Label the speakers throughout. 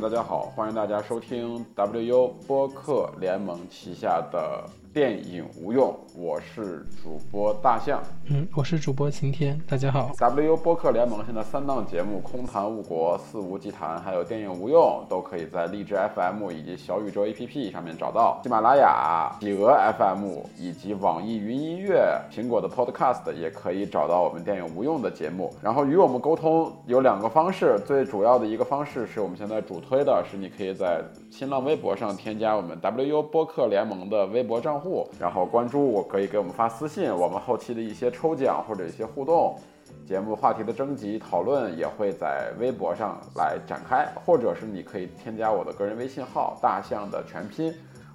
Speaker 1: 家好，欢迎大家收听 WU 播客联盟旗下的电影无用，我是主播大象。
Speaker 2: 我是主播晴天，大家好。
Speaker 1: WU 播客联盟现在3档节目空谈误国、肆无忌谈还有电影无用都可以在荔枝 FM 以及小宇宙 APP 上面找到，喜马拉雅、企鹅 FM 以及网易云音乐、苹果的 Podcast 也可以找到我们电影无用的节目。然后与我们沟通有2个方式，最主要的一个方式是我们现在主推的是你可以在新浪微博上添加我们 WU 播客联盟的微博账户，然后关注我，可以给我们发私信，我们后期的一些抽奖或者一些互动节目话题的征集讨论也会在微博上来展开，或者是你可以添加我的个人微信号大象的全拼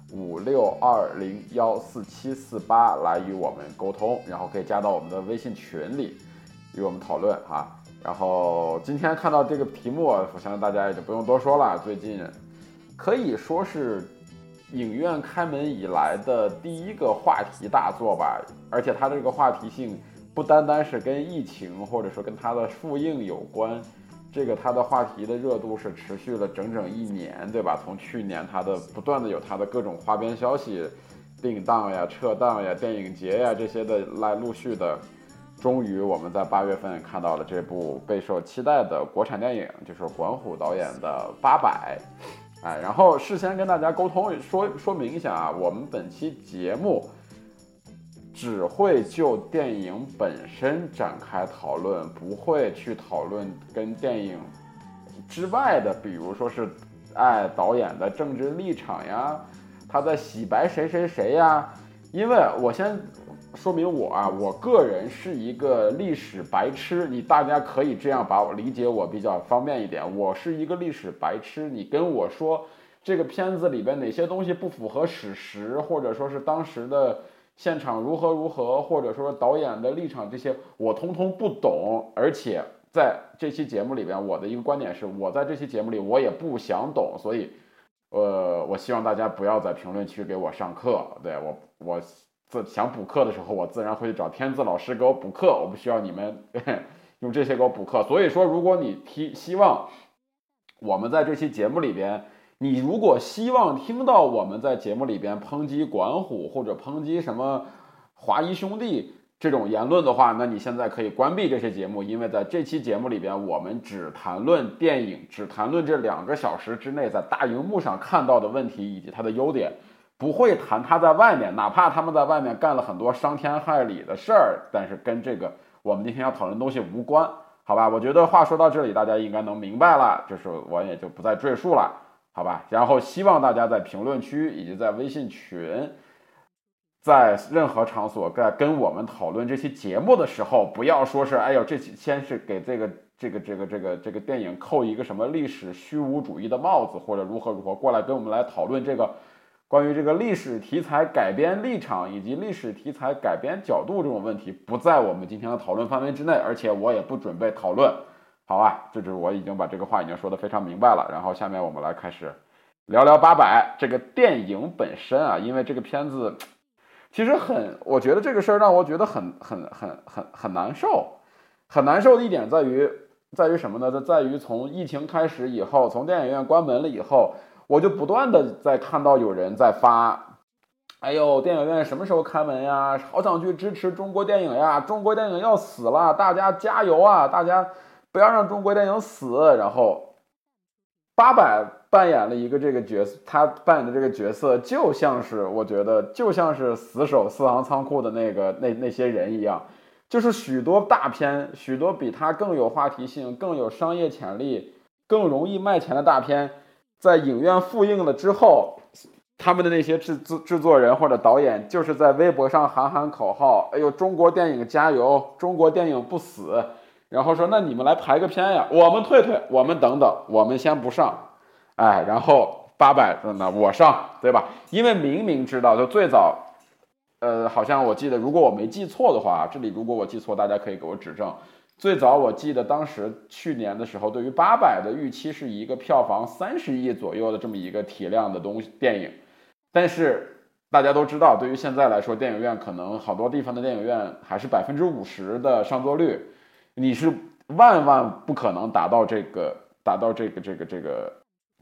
Speaker 1: 5620144748来与我们沟通，然后可以加到我们的微信群里与我们讨论哈。然后今天看到这个题目，我相信大家也就不用多说了，最近可以说是影院开门以来的第一个话题大作吧，而且它这个话题性不单单是跟疫情或者说跟它的复映有关，它的话题的热度是持续了整整1年，对吧？从去年它的不断的有它的各种花边消息，定档呀、撤档呀、电影节呀这些的来陆续的，终于我们在8月份看到了这部备受期待的国产电影，就是管虎导演的《八佰》。然后事先跟大家沟通说明一下啊，我们本期节目只会就电影本身展开讨论，不会去讨论跟电影之外的，比如说是导演的政治立场呀，他在洗白谁谁谁呀。因为我先说明我个人是一个历史白痴，大家可以这样把我理解，我比较方便一点。我是一个历史白痴，你跟我说这个片子里边哪些东西不符合史实，或者说是当时的现场如何，或者说导演的立场，这些我通通不懂。而且在这期节目里边，我的一个观点是，我在这期节目里我也不想懂，所以我希望大家不要在评论区给我上课。对，我想补课的时候，我自然会找天字老师给我补课，我不需要你们用这些给我补课。所以说，如果你希望我们在这期节目里边，你如果希望听到我们在节目里边抨击管虎或者抨击什么华谊兄弟这种言论的话，那你现在可以关闭这些节目，因为在这期节目里边，我们只谈论电影，只谈论这2个小时之内在大荧幕上看到的问题以及它的优点，不会谈他在外面，哪怕他们在外面干了很多伤天害理的事儿，但是跟这个我们今天要讨论的东西无关，好吧？我觉得话说到这里，大家应该能明白了，就是我也就不再赘述了，好吧？然后希望大家在评论区以及在微信群，在任何场所在跟我们讨论这期节目的时候，不要说是这先是给这个电影扣一个什么历史虚无主义的帽子，或者如何过来跟我们来讨论这个关于这个历史题材改编立场以及历史题材改编角度这种问题，不在我们今天的讨论范围之内，而且我也不准备讨论，好吧？这就是我已经把这个话已经说得非常明白了。然后下面我们来开始聊聊《八佰》这个电影本身啊，因为这个片子其实我觉得这个事儿让我觉得很难受，很难受的一点在于什么呢？在于从疫情开始以后，从电影院关门了以后，我就不断的在看到有人在发，电影院什么时候开门呀？好想去支持中国电影呀！中国电影要死了，大家加油啊！大家不要让中国电影死。然后八佰扮演了一个这个角色，他扮演的这个角色就像是，我觉得就像是死守四行仓库的那些人一样，就是许多大片，许多比他更有话题性、更有商业潜力、更容易卖钱的大片，在影院复映了之后，他们的那些制作人或者导演就是在微博上喊口号，中国电影加油，中国电影不死，然后说那你们来排个片呀，我们退，我们等，我们先不上，然后八佰呢我上，对吧？因为明明知道，就最早好像我记得，如果我没记错的话，这里如果我记错，大家可以给我指正。最早我记得当时去年的时候，对于八佰的预期是一个票房30亿左右的这么一个体量的电影，但是大家都知道，对于现在来说，电影院可能好多地方的电影院还是50%的上座率，你是万不可能达到这个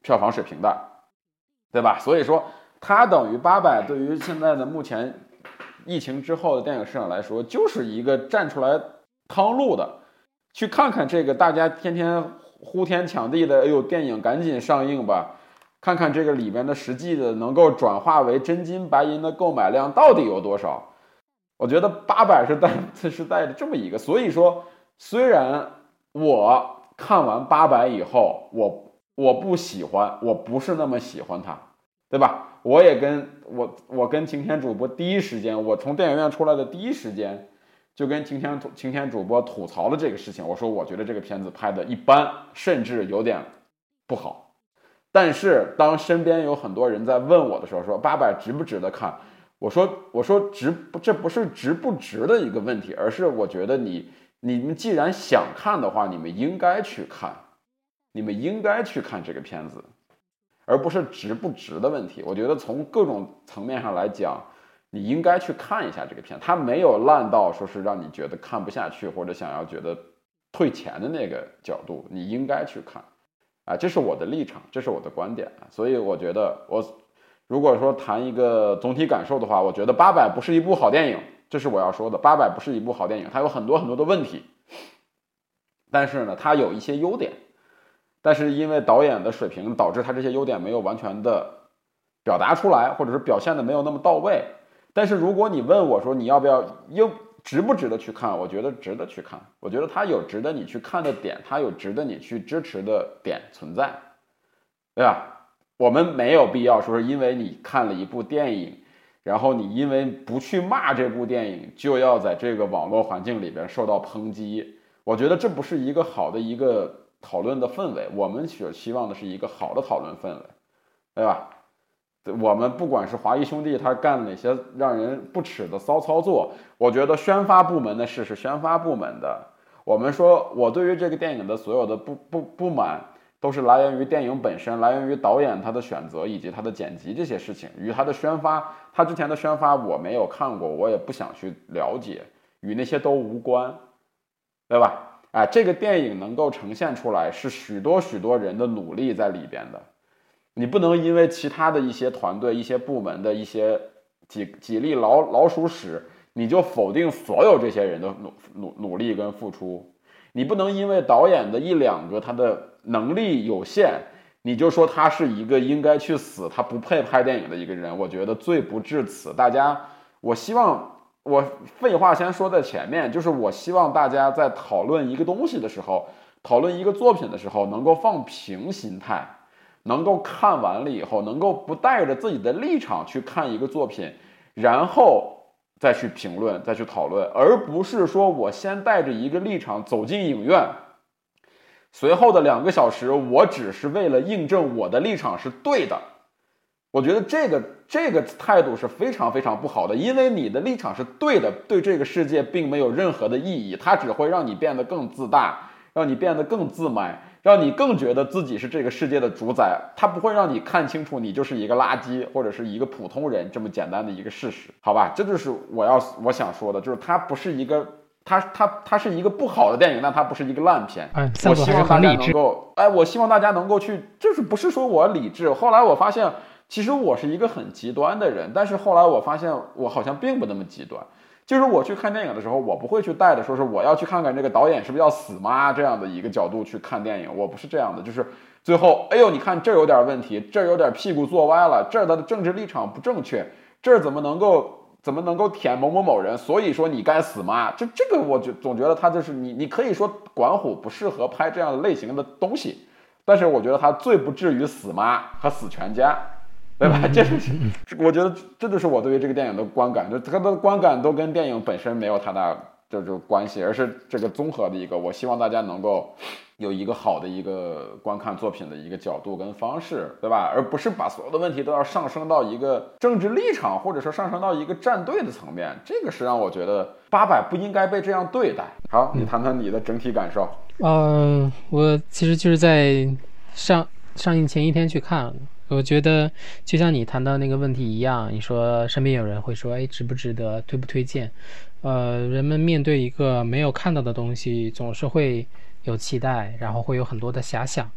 Speaker 1: 票房水平的，对吧？所以说它等于800对于现在的目前疫情之后的电影市场来说，就是一个站出来趟路的，去看看这个大家天天呼天抢地的，哎呦，电影赶紧上映吧，看看这个里面的实际的能够转化为真金白银的购买量到底有多少。我觉得800是带着这么一个，所以说虽然我看完800以后，我不喜欢，我不是那么喜欢它，对吧？我也跟晴天主播第一时间，我从电影院出来的第一时间就跟晴天主播吐槽了这个事情，我说我觉得这个片子拍的一般，甚至有点不好。但是当身边有很多人在问我的时候，说800值不值得看，我说这不是值不值的一个问题，而是我觉得你们既然想看的话，你们应该去看这个片子，而不是值不值的问题。我觉得从各种层面上来讲，你应该去看一下这个片，它没有烂到说是让你觉得看不下去或者想要觉得退钱的那个角度，你应该去看啊，这是我的立场，这是我的观点。所以我觉得如果说谈一个总体感受的话，我觉得800不是一部好电影，这是我要说的。800不是一部好电影，它有很多很多的问题，但是呢，它有一些优点，但是因为导演的水平导致他这些优点没有完全的表达出来，或者是表现的没有那么到位。但是如果你问我说你要不要值不值得去看，我觉得值得去看，我觉得它有值得你去看的点，它有值得你去支持的点存在，对吧？我们没有必要说是因为你看了一部电影，然后你因为不去骂这部电影，就要在这个网络环境里边受到抨击。我觉得这不是一个好的一个讨论的氛围，我们所希望的是一个好的讨论氛围，对吧？我们不管是华谊兄弟他干哪些让人不耻的骚操作，我觉得宣发部门的事是宣发部门的。我们说我对于这个电影的所有的不满，都是来源于电影本身，来源于导演他的选择以及他的剪辑这些事情，与他的宣发，他之前的宣发我没有看过，我也不想去了解，与那些都无关，对吧？这个电影能够呈现出来，是许多人的努力在里边的。你不能因为其他的一些团队、一些部门的一些几粒老鼠屎，你就否定所有这些人的努力跟付出。你不能因为导演的一两个他的能力有限，你就说他是一个应该去死，他不配拍电影的一个人。我觉得罪不至此。大家，我希望我废话先说在前面，就是我希望大家在讨论一个东西的时候，讨论一个作品的时候，能够放平心态，能够看完了以后，能够不带着自己的立场去看一个作品，然后再去评论，再去讨论，而不是说我先带着一个立场走进影院，随后的2个小时，我只是为了印证我的立场是对的。我觉得这个态度是非常非常不好的，因为你的立场是对的，对这个世界并没有任何的意义，它只会让你变得更自大，让你变得更自满，让你更觉得自己是这个世界的主宰，它不会让你看清楚你就是一个垃圾或者是一个普通人这么简单的一个事实，好吧？这就是我想说的，就是它不是一个它是一个不好的电影，但它不是一个烂片。我希望大家能够，我希望大家能够去，就是不是说我理智。后来我发现，其实我是一个很极端的人，但是后来我发现我好像并不那么极端。就是我去看电影的时候，我不会去带着说是我要去看看这个导演是不是要死吗这样的一个角度去看电影，我不是这样的。就是最后，哎呦，你看这有点问题，这有点屁股坐歪了，这儿的政治立场不正确，这儿怎么能够舔某某某人，所以说你该死吗？这个我总觉得他就是你可以说管虎不适合拍这样的类型的东西，但是我觉得他最不至于死妈和死全家，对吧？我觉得这就是我对于这个电影的观感，就它的观感都跟电影本身没有太大这关系，而是这个综合的一个。我希望大家能够有一个好的一个观看作品的一个角度跟方式，对吧？而不是把所有的问题都要上升到一个政治立场，或者说上升到一个站队的层面。这个是让我觉得800不应该被这样对待。好，你谈谈你的整体感受。
Speaker 2: 我其实就是在上映前一天去看。我觉得就像你谈到那个问题一样，你说身边有人会说，值不值得，推不推荐？人们面对一个没有看到的东西，总是会有期待，然后会有很多的遐想。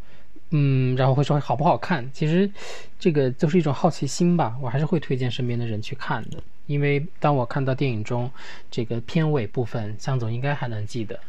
Speaker 2: 然后会说好不好看。其实这个都是一种好奇心吧，我还是会推荐身边的人去看的。因为当我看到电影中这个片尾部分，向总应该还能记得，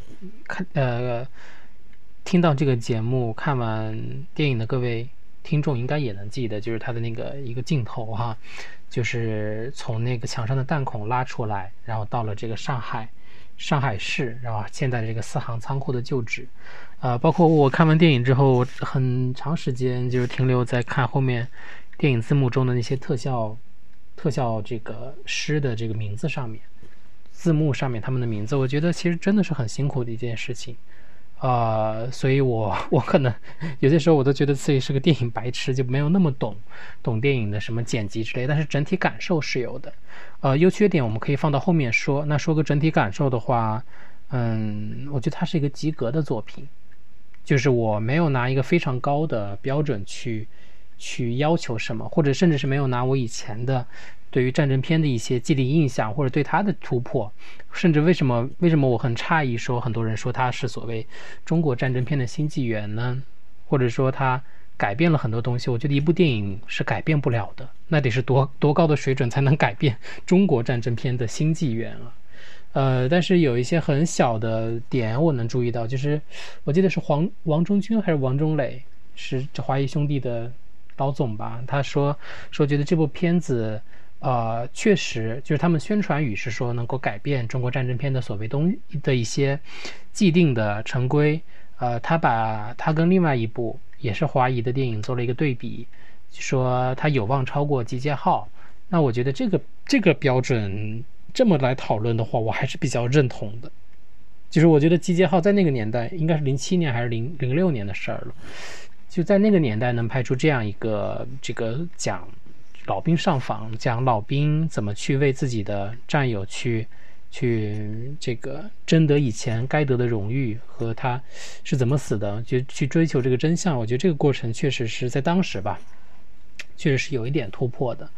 Speaker 2: 听到这个节目看完电影的各位听众应该也能记得，就是他的那个一个镜头哈，就是从那个墙上的弹孔拉出来，然后到了这个上海市，然后现在这个四行仓库的旧址。包括我看完电影之后，我很长时间就是停留在看后面电影字幕中的那些特效这个诗的这个名字上面，字幕上面他们的名字，我觉得其实真的是很辛苦的一件事情。所以我可能有些时候我都觉得自己是个电影白痴，就没有那么懂电影的什么剪辑之类，但是整体感受是有的。优缺点我们可以放到后面说。那说个整体感受的话，我觉得它是一个及格的作品，就是我没有拿一个非常高的标准去要求什么，或者甚至是没有拿我以前的对于战争片的一些既定印象，或者对它的突破，甚至为什么我很诧异说很多人说它是所谓中国战争片的新纪元呢？或者说它改变了很多东西？我觉得一部电影是改变不了的，那得是多高的水准才能改变中国战争片的新纪元啊！但是有一些很小的点我能注意到，就是我记得是王中军还是王中磊，是这华谊兄弟的老总吧，他说觉得这部片子确实就是他们宣传语是说能够改变中国战争片的所谓的一些既定的成规。他把他跟另外一部也是华谊的电影做了一个对比，说他有望超过集结号。那我觉得这个标准这么来讨论的话，我还是比较认同的。就是我觉得集结号在那个年代应该是07年还是06年的事儿了，就在那个年代能拍出这样一个这个讲老兵上访，讲老兵怎么去为自己的战友去这个争得以前该得的荣誉，和他是怎么死的，就去追求这个真相。我觉得这个过程确实是在当时吧，确实是有一点突破的。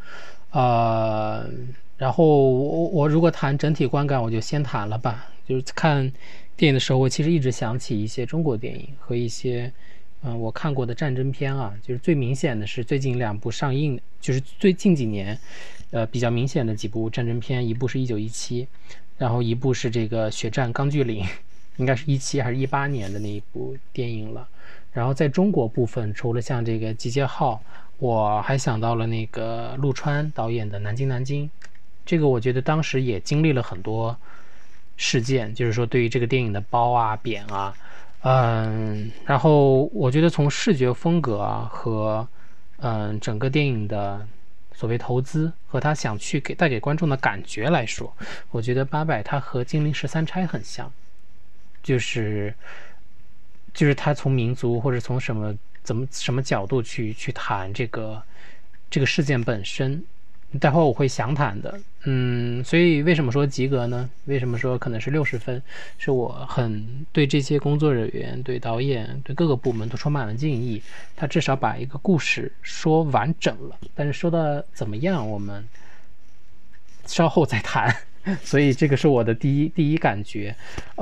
Speaker 2: 然后我如果谈整体观感，我就先谈了吧。就是看电影的时候，我其实一直想起一些中国电影和一些我看过的战争片啊。就是最明显的是最近2部上映，就是最近几年比较明显的几部战争片，一部是1917，然后一部是这个血战钢锯岭，应该是17还是18年的那一部电影了。然后在中国部分，除了像这个集结号，我还想到了那个陆川导演的南京，这个我觉得当时也经历了很多事件，就是说对于这个电影的褒啊贬啊。然后我觉得从视觉风格啊和整个电影的所谓投资和他想去带给观众的感觉来说，我觉得八佰他和金陵13钗很像，就是他从民族或者从什么角度去谈这个事件本身。待会儿我会详谈的。所以为什么说及格呢？为什么说可能是60分？是我很对这些工作人员、对导演、对各个部门都充满了敬意。他至少把一个故事说完整了，但是说的怎么样，我们稍后再谈。所以这个是我的第一感觉。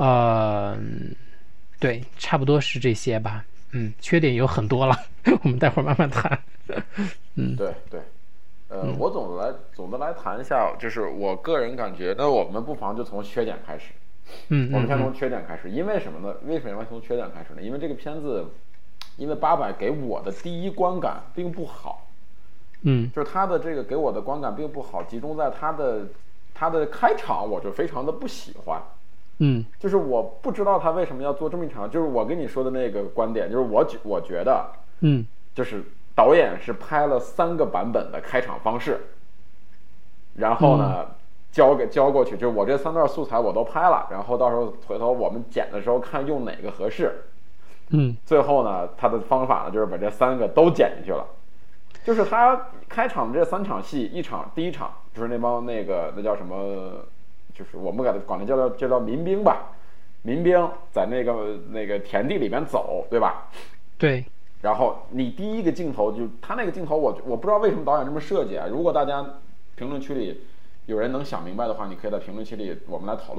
Speaker 2: 对，差不多是这些吧。缺点有很多了，我们待会儿慢慢谈。
Speaker 1: 对。我总的来谈一下，就是我个人感觉，那我们不妨就从缺点开始。我们先从缺点开始，因为什么呢？为什么从缺点开始呢？因为这个片子，因为八佰给我的第一观感并不好。就是他的这个给我的观感并不好，集中在他的开场，我就非常的不喜欢。就是我不知道他为什么要做这么一场，就是我跟你说的那个观点，就是我觉得，就是导演是拍了3个版本的开场方式，然后呢，交过去，就是我这3段素材我都拍了，然后到时候回头我们剪的时候看用哪个合适。最后呢，他的方法呢就是把这3个都剪进去了。就是他开场的这3场戏，第一场就是那叫什么，就是我们管它叫民兵吧，民兵在那个田地里面走，对吧？
Speaker 2: 对。
Speaker 1: 然后你第一个镜头就他那个镜头，我不知道为什么导演这么设计啊。如果大家评论区里有人能想明白的话，你可以在评论区里我们来讨论。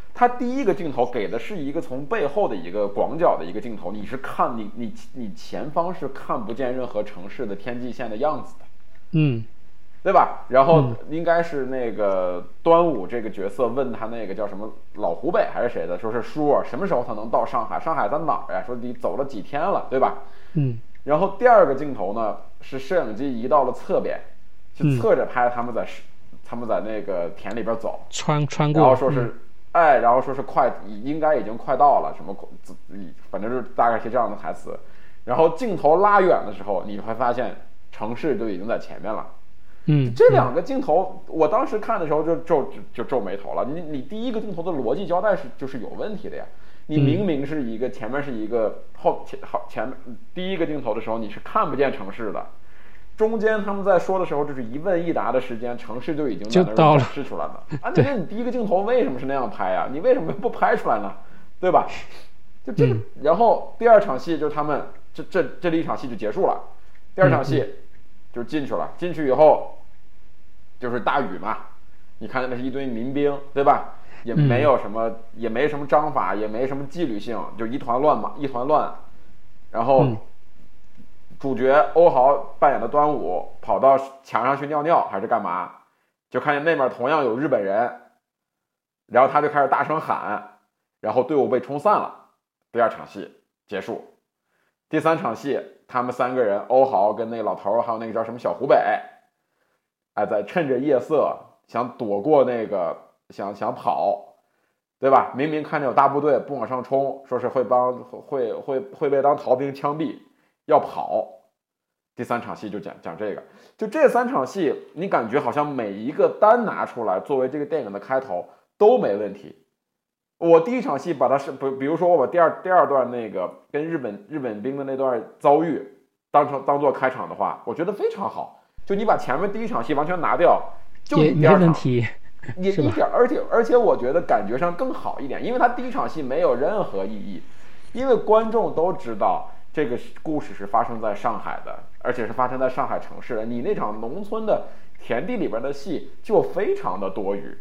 Speaker 1: 它第一个镜头给的是一个从背后的一个广角的一个镜头，你是看你前方是看不见任何城市的天际线的样子的，对吧？然后应该是那个端午这个角色问他那个叫什么老湖北还是谁的，说是叔什么时候才能到上海？上海在哪儿呀？说你走了几天了，对吧？然后第二个镜头呢是摄影机移到了侧边，去侧着拍他们在那个田里边走，穿过，然后说是然后说是应该已经快到了，什么反正就是大概是这样的台词。然后镜头拉远的时候，你会发现城市就已经在前面了。这两个镜头，我当时看的时候就皱眉头了。你第一个镜头的逻辑交代就是有问题的呀。你明明是一个前面是一个前第一个镜头的时候你是看不见城市的，中间他们在说的时候就是一问一答的时间，城市就已经在那展示出来了啊！那你第一个镜头为什么是那样拍啊？你为什么不拍出来呢？对吧？就这个，然后第二场戏就是他们这里一场戏就结束了，第二场戏就进去了，进去以后就是大雨嘛，你看那是一堆民兵，对吧？也没有什么，也没什么章法，也没什么纪律性，就一团乱嘛，一团乱。然后主角欧豪扮演的端午跑到墙上去尿尿还是干嘛，就看见那边同样有日本人，然后他就开始大声喊，然后队伍被冲散了。第二场戏结束。第三场戏，他们三个人，欧豪跟那个老头还有那个叫什么小湖北，在趁着夜色想躲过那个想跑，对吧？明明看见有大部队不往上冲，说是会被当逃兵枪毙，要跑。第三场戏就讲这个，就这三场戏，你感觉好像每一个单拿出来作为这个电影的开头都没问题。我第一场戏把它是比如说我把第二段那个跟日本兵的那段遭遇当做开场的话，我觉得非常好。就你把前面第一场戏完全拿掉，就你第二场
Speaker 2: 也没问题，
Speaker 1: 也一点，而且我觉得感觉上更好一点，因为它第一场戏没有任何意义，因为观众都知道这个故事是发生在上海的，而且是发生在上海城市的，你那场农村的田地里边的戏就非常的多余。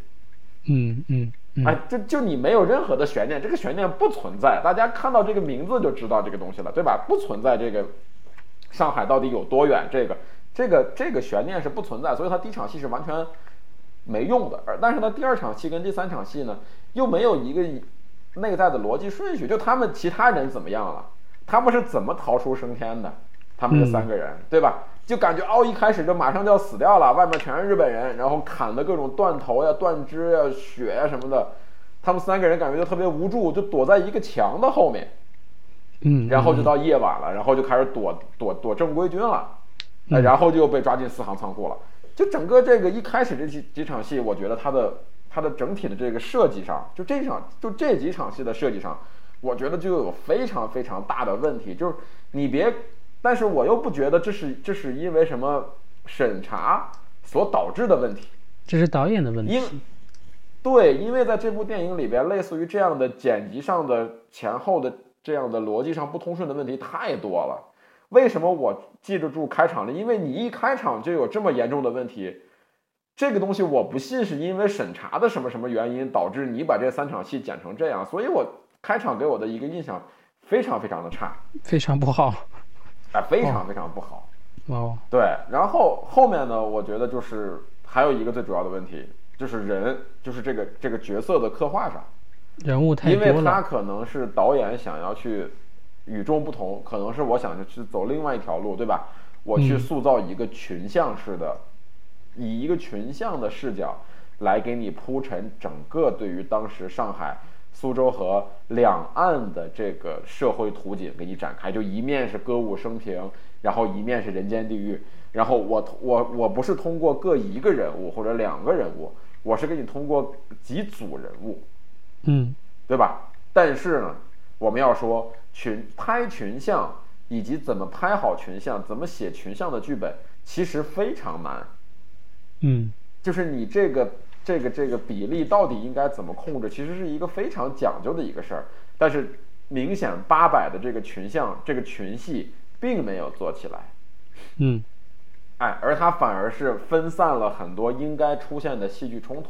Speaker 1: 就你没有任何的悬念，这个悬念不存在，大家看到这个名字就知道这个东西了，对吧？不存在这个上海到底有多远，这个悬念是不存在，所以它第一场戏是完全没用的。但是呢，第二场戏跟第三场戏呢，又没有一个内在的逻辑顺序，就他们其他人怎么样了，他们是怎么逃出升天的，他们这三个人，对吧？就感觉一开始就马上就要死掉了，外面全是日本人，然后砍的各种断头呀、断肢呀、血呀什么的，他们三个人感觉就特别无助，就躲在一个墙的后面，然后就到夜晚了，然后就开始躲正规军了，然后就被抓进四行仓库了。就整个这个一开始这几场戏，我觉得它的整体的这个设计上，就这几场戏的设计上，我觉得就有非常非常大的问题，就是你别。但是我又不觉得这是因为什么审查所导致的问题，
Speaker 2: 这是导演的问题。
Speaker 1: 因为在这部电影里边，类似于这样的剪辑上的前后的这样的逻辑上不通顺的问题太多了。为什么我记得住开场呢？因为你一开场就有这么严重的问题，这个东西我不信是因为审查的什么什么原因导致你把这三场戏剪成这样，所以我开场给我的一个印象非常非常的差，
Speaker 2: 非常不好。
Speaker 1: 非常非常不好。
Speaker 2: 对，
Speaker 1: 然后后面呢，我觉得就是还有一个最主要的问题，就是这个角色的刻画上，
Speaker 2: 人物太多了，
Speaker 1: 因为他可能是导演想要去与众不同，可能是我想去走另外一条路，对吧？我去塑造一个群像式的，以一个群像的视角来给你铺陈整个对于当时上海、苏州河两岸的这个社会图景给你展开，就一面是歌舞升平，然后一面是人间地狱，然后我不是通过各一个人物或者两个人物，我是给你通过几组人物，对吧？但是呢，我们要说拍群像以及怎么拍好群像，怎么写群像的剧本，其实非常难。就是你这个比例到底应该怎么控制，其实是一个非常讲究的一个事儿。但是明显800的这个群像，这个群戏并没有做起来。而它反而是分散了很多应该出现的戏剧冲突，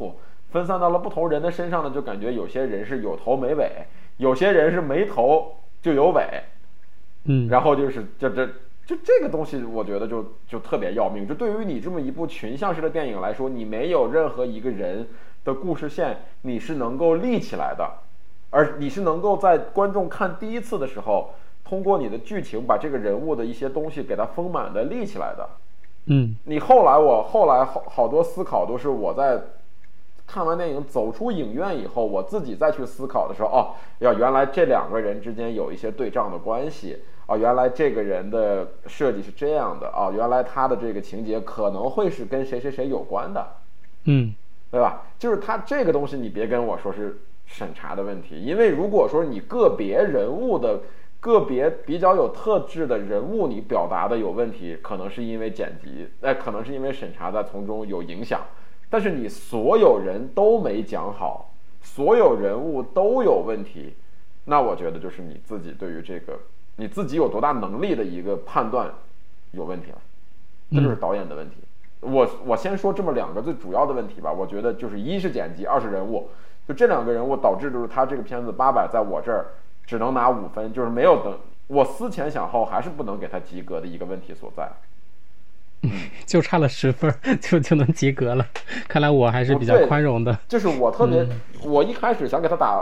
Speaker 1: 分散到了不同人的身上呢，就感觉有些人是有头没尾，有些人是没头就有尾，然后就是这个东西，我觉得就特别要命。就对于你这么一部群像式的电影来说，你没有任何一个人的故事线你是能够立起来的，而你是能够在观众看第一次的时候，通过你的剧情把这个人物的一些东西给它丰满的立起来的。你后来好多思考都是我在看完电影走出影院以后，我自己再去思考的时候，原来这两个人之间有一些对仗的关系，原来这个人的设计是这样的，原来他的这个情节可能会是跟谁谁谁有关的，对吧？就是他这个东西，你别跟我说是审查的问题，因为如果说你个别人物的个别比较有特质的人物你表达的有问题，可能是因为剪辑，可能是因为审查在从中有影响。但是你所有人都没讲好，所有人物都有问题，那我觉得就是你自己对于这个你自己有多大能力的一个判断有问题了，这就是导演的问题。我先说这么两个最主要的问题吧，我觉得就是一是剪辑，二是人物，就这两个人物导致就是他这个片子800在我这儿只能拿5分，就是没有等我思前想后还是不能给他及格的一个问题所在。
Speaker 2: 就差了10分就能及格了，看来我还是比较宽容的。
Speaker 1: 就是我特别，我一开始想给他打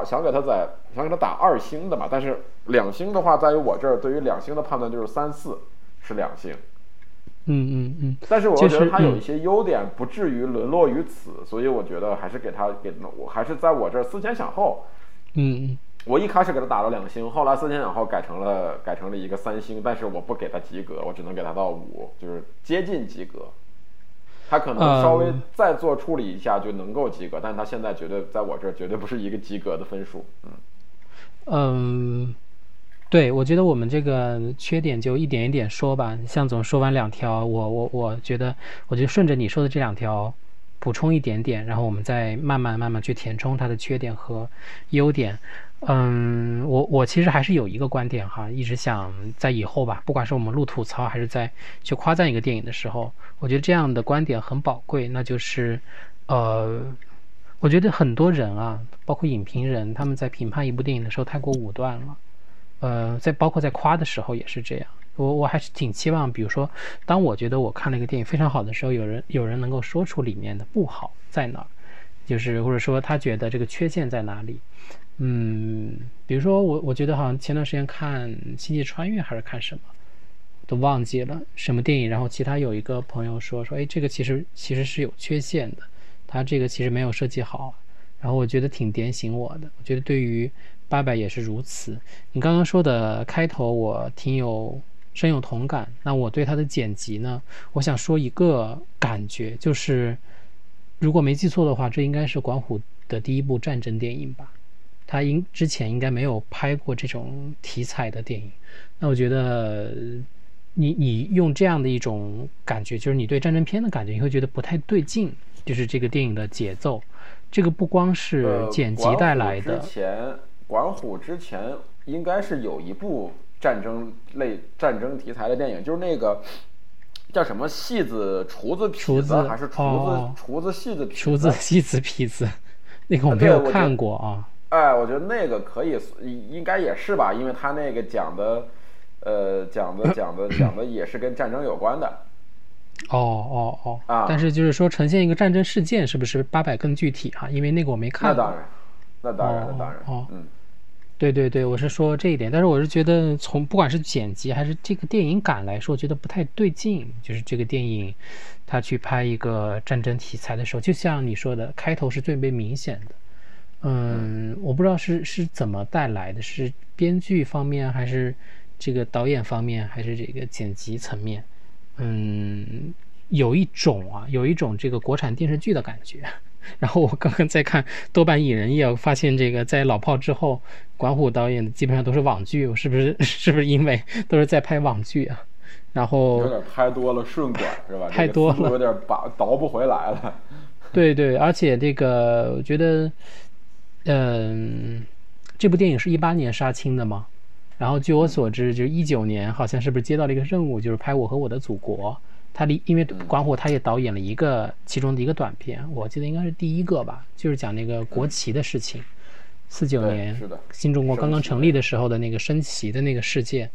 Speaker 1: 2星的嘛，但是2星的话，在于我这儿对于2星的判断就是3、4是2星。但是我觉得他有一些优点，不至于沦落于此，所以我觉得还是我还是在我这儿思前想后。我一开始给他打了2星，后来思前想后改成了一个3星，但是我不给他及格，我只能给他到5，就是接近及格。他可能稍微再做处理一下就能够及格，但他现在绝对在我这儿绝对不是一个及格的分数。
Speaker 2: 对，我觉得我们这个缺点就一点一点说吧。向总说完2条，我觉得顺着你说的这2条补充一点点，然后我们再慢慢去填充它的缺点和优点。我其实还是有一个观点哈，一直想在以后吧，不管是我们录吐槽还是在去夸赞一个电影的时候，我觉得这样的观点很宝贵。那就是我觉得很多人啊，包括影评人，他们在评判一部电影的时候太过武断了，包括在夸的时候也是这样。我还是挺期望，比如说当我觉得我看了一个电影非常好的时候，有人能够说出里面的不好在哪儿，就是或者说他觉得这个缺陷在哪里。比如说我觉得好像前段时间看星际穿越还是看什么都忘记了什么电影，然后其他有一个朋友说这个其实是有缺陷的，他这个其实没有设计好，然后我觉得挺点醒我的。我觉得对于800也是如此。你刚刚说的开头我深有同感。那我对他的剪辑呢，我想说一个感觉，就是如果没记错的话，这应该是管虎的第一部战争电影吧，他之前应该没有拍过这种题材的电影。那我觉得你用这样的一种感觉，就是你对战争片的感觉，你会觉得不太对劲，就是这个电影的节奏，这个不光是剪辑带来的。
Speaker 1: 管虎之前应该是有一部战争题材的电影，就是那个叫什么戏子厨子痞子还是厨子戏子痞子？
Speaker 2: 厨子戏子痞子，那个我没有看过啊。
Speaker 1: 我觉得那个可以，应该也是吧，因为他那个讲的也是跟战争有关的。
Speaker 2: 但是就是说呈现一个战争事件，是不是800更具体啊？因为那个我没看过。
Speaker 1: 那当然。
Speaker 2: 对，我是说这一点。但是我是觉得从不管是剪辑还是这个电影感来说，我觉得不太对劲。就是这个电影他去拍一个战争题材的时候，就像你说的，开头是最为明显的。我不知道是怎么带来的，是编剧方面还是这个导演方面还是这个剪辑层面。有一种这个国产电视剧的感觉。然后我刚刚在看豆瓣影人页，我发现这个在老炮之后，管虎导演的基本上都是网剧，是不是因为都是在拍网剧啊？然后
Speaker 1: 有点拍多了顺拐是吧？
Speaker 2: 太多了，
Speaker 1: 有点倒不回来了。
Speaker 2: 对，而且这个我觉得，这部电影是18年杀青的嘛，然后据我所知，就19年好像是不是接到了一个任务，就是拍《我和我的祖国》， 因为管虎他也导演了其中的一个短片，我记得应该是第一个吧，就是讲那个国旗的事情。49年
Speaker 1: 是的，
Speaker 2: 新中国刚刚成立的时候的那个升旗的那个事件，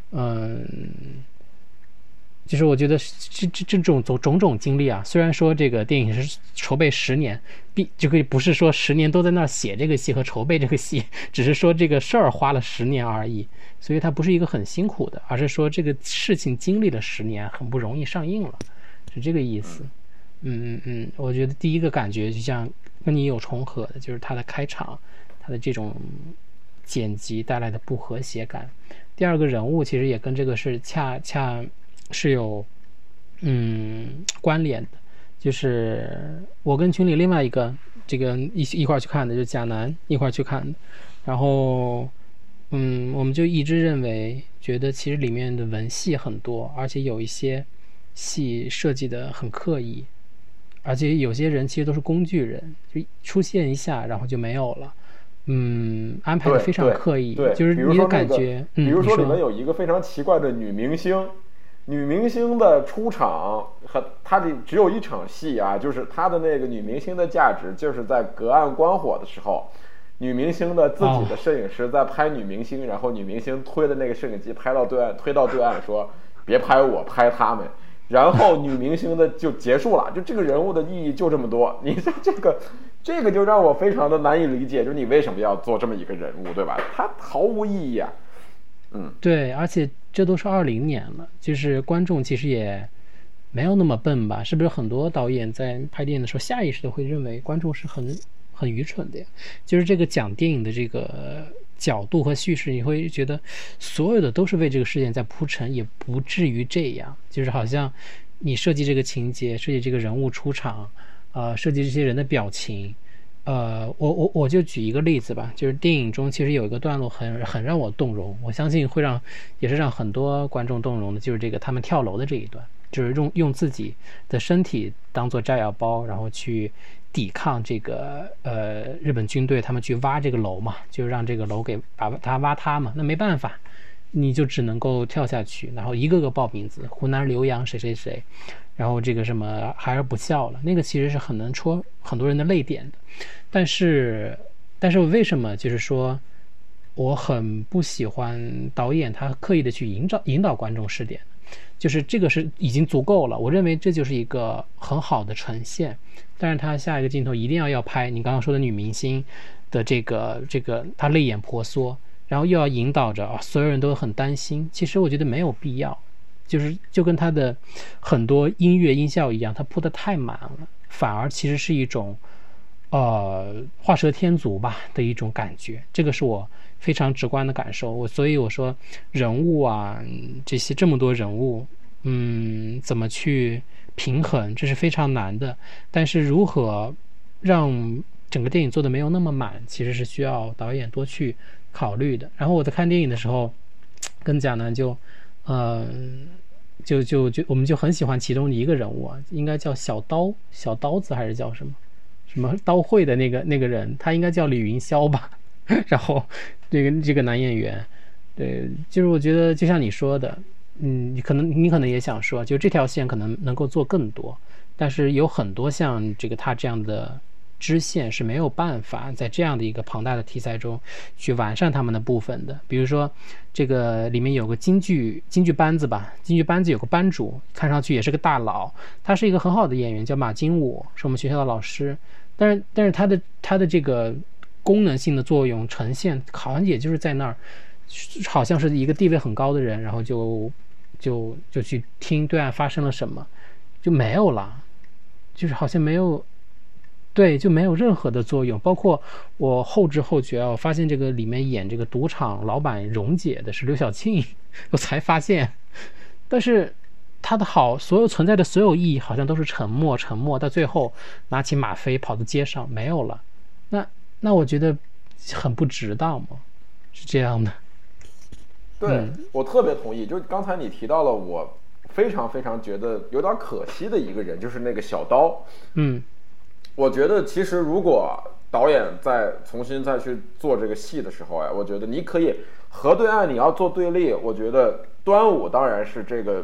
Speaker 2: 就是我觉得这种种种经历啊，虽然说这个电影是筹备10年，就可以不是说10年都在那儿写这个戏和筹备这个戏，只是说这个事儿花了10年而已，所以它不是一个很辛苦的，而是说这个事情经历了10年，很不容易上映了，是这个意思。我觉得第一个感觉就像跟你有重合的，就是它的开场，它的这种剪辑带来的不和谐感。第二个人物其实也跟这个是恰是有关联的，就是我跟群里另外一个这个一块去看的，就是贾楠一块去看的，然后我们就一致认为，觉得其实里面的文戏很多，而且有一些戏设计的很刻意，而且有些人其实都是工具人，就出现一下然后就没有了。安排的非常刻意，就是你的感觉。
Speaker 1: 比如说里面有一个非常奇怪的女明星的出场和她的只有一场戏啊，就是她的那个女明星的价值就是在隔岸观火的时候，女明星的自己的摄影师在拍女明星，然后女明星推的那个摄影机拍到对岸，推到对岸说别拍我，拍他们。然后女明星的就结束了，就这个人物的意义就这么多。你说这个就让我非常的难以理解，就是你为什么要做这么一个人物，对吧？它毫无意义啊。
Speaker 2: 对，而且这都是20年了，就是观众其实也没有那么笨吧？是不是很多导演在拍电影的时候下意识的会认为观众是很愚蠢的呀？就是这个讲电影的这个角度和叙事，你会觉得所有的都是为这个事件在铺陈，也不至于这样。就是好像你设计这个情节，设计这个人物出场，设计这些人的表情，我就举一个例子吧，就是电影中其实有一个段落很让我动容，我相信也是让很多观众动容的，就是这个他们跳楼的这一段，就是用自己的身体当做炸药包，然后去抵抗这个日本军队他们去挖这个楼嘛，就让这个楼给把它挖塌嘛，那没办法，你就只能够跳下去，然后一个个报名字，湖南浏阳谁谁谁，然后这个什么孩儿不孝了，那个其实是很能戳很多人的泪点的。但是我为什么就是说我很不喜欢导演他刻意的去引导观众视点，就是这个是已经足够了，我认为这就是一个很好的呈现。但是他下一个镜头一定要拍你刚刚说的女明星的这个她泪眼婆娑，然后又要引导着所有人都很担心，其实我觉得没有必要，就跟他的很多音乐音效一样，他铺得太满了，反而其实是一种画蛇添足吧的一种感觉，这个是我非常直观的感受。所以我说人物啊，这么多人物，怎么去平衡，这是非常难的。但是如何让整个电影做的没有那么满，其实是需要导演多去考虑的。然后我在看电影的时候，跟贾楠我们就很喜欢其中的一个人物啊，应该叫小刀子还是叫什么刀会的那个人，他应该叫李云霄吧。然后这个男演员，对，就是我觉得就像你说的，你可能也想说，就这条线可能能够做更多，但是有很多像他这样的支线是没有办法在这样的一个庞大的题材中去完善他们的部分的。比如说这个里面有个京剧班子吧，京剧班子有个班主，看上去也是个大佬，他是一个很好的演员，叫马金武，是我们学校的老师，但是他的这个功能性的作用呈现好像也就是在那儿，好像是一个地位很高的人，然后就去听对岸发生了什么，就没有了，就是好像没有，对，就没有任何的作用。包括我后知后觉我发现这个里面演这个赌场老板蓉姐的是刘晓庆，我才发现，但是他的所有存在的所有意义好像都是沉默，到最后拿起吗啡跑到街上没有了，那我觉得很不值当嘛，是这样的。
Speaker 1: 对，我特别同意。就刚才你提到了我非常非常觉得有点可惜的一个人，就是那个小刀。我觉得其实如果导演重新再去做这个戏的时候我觉得你可以河对岸你要做对立，我觉得端午当然是这个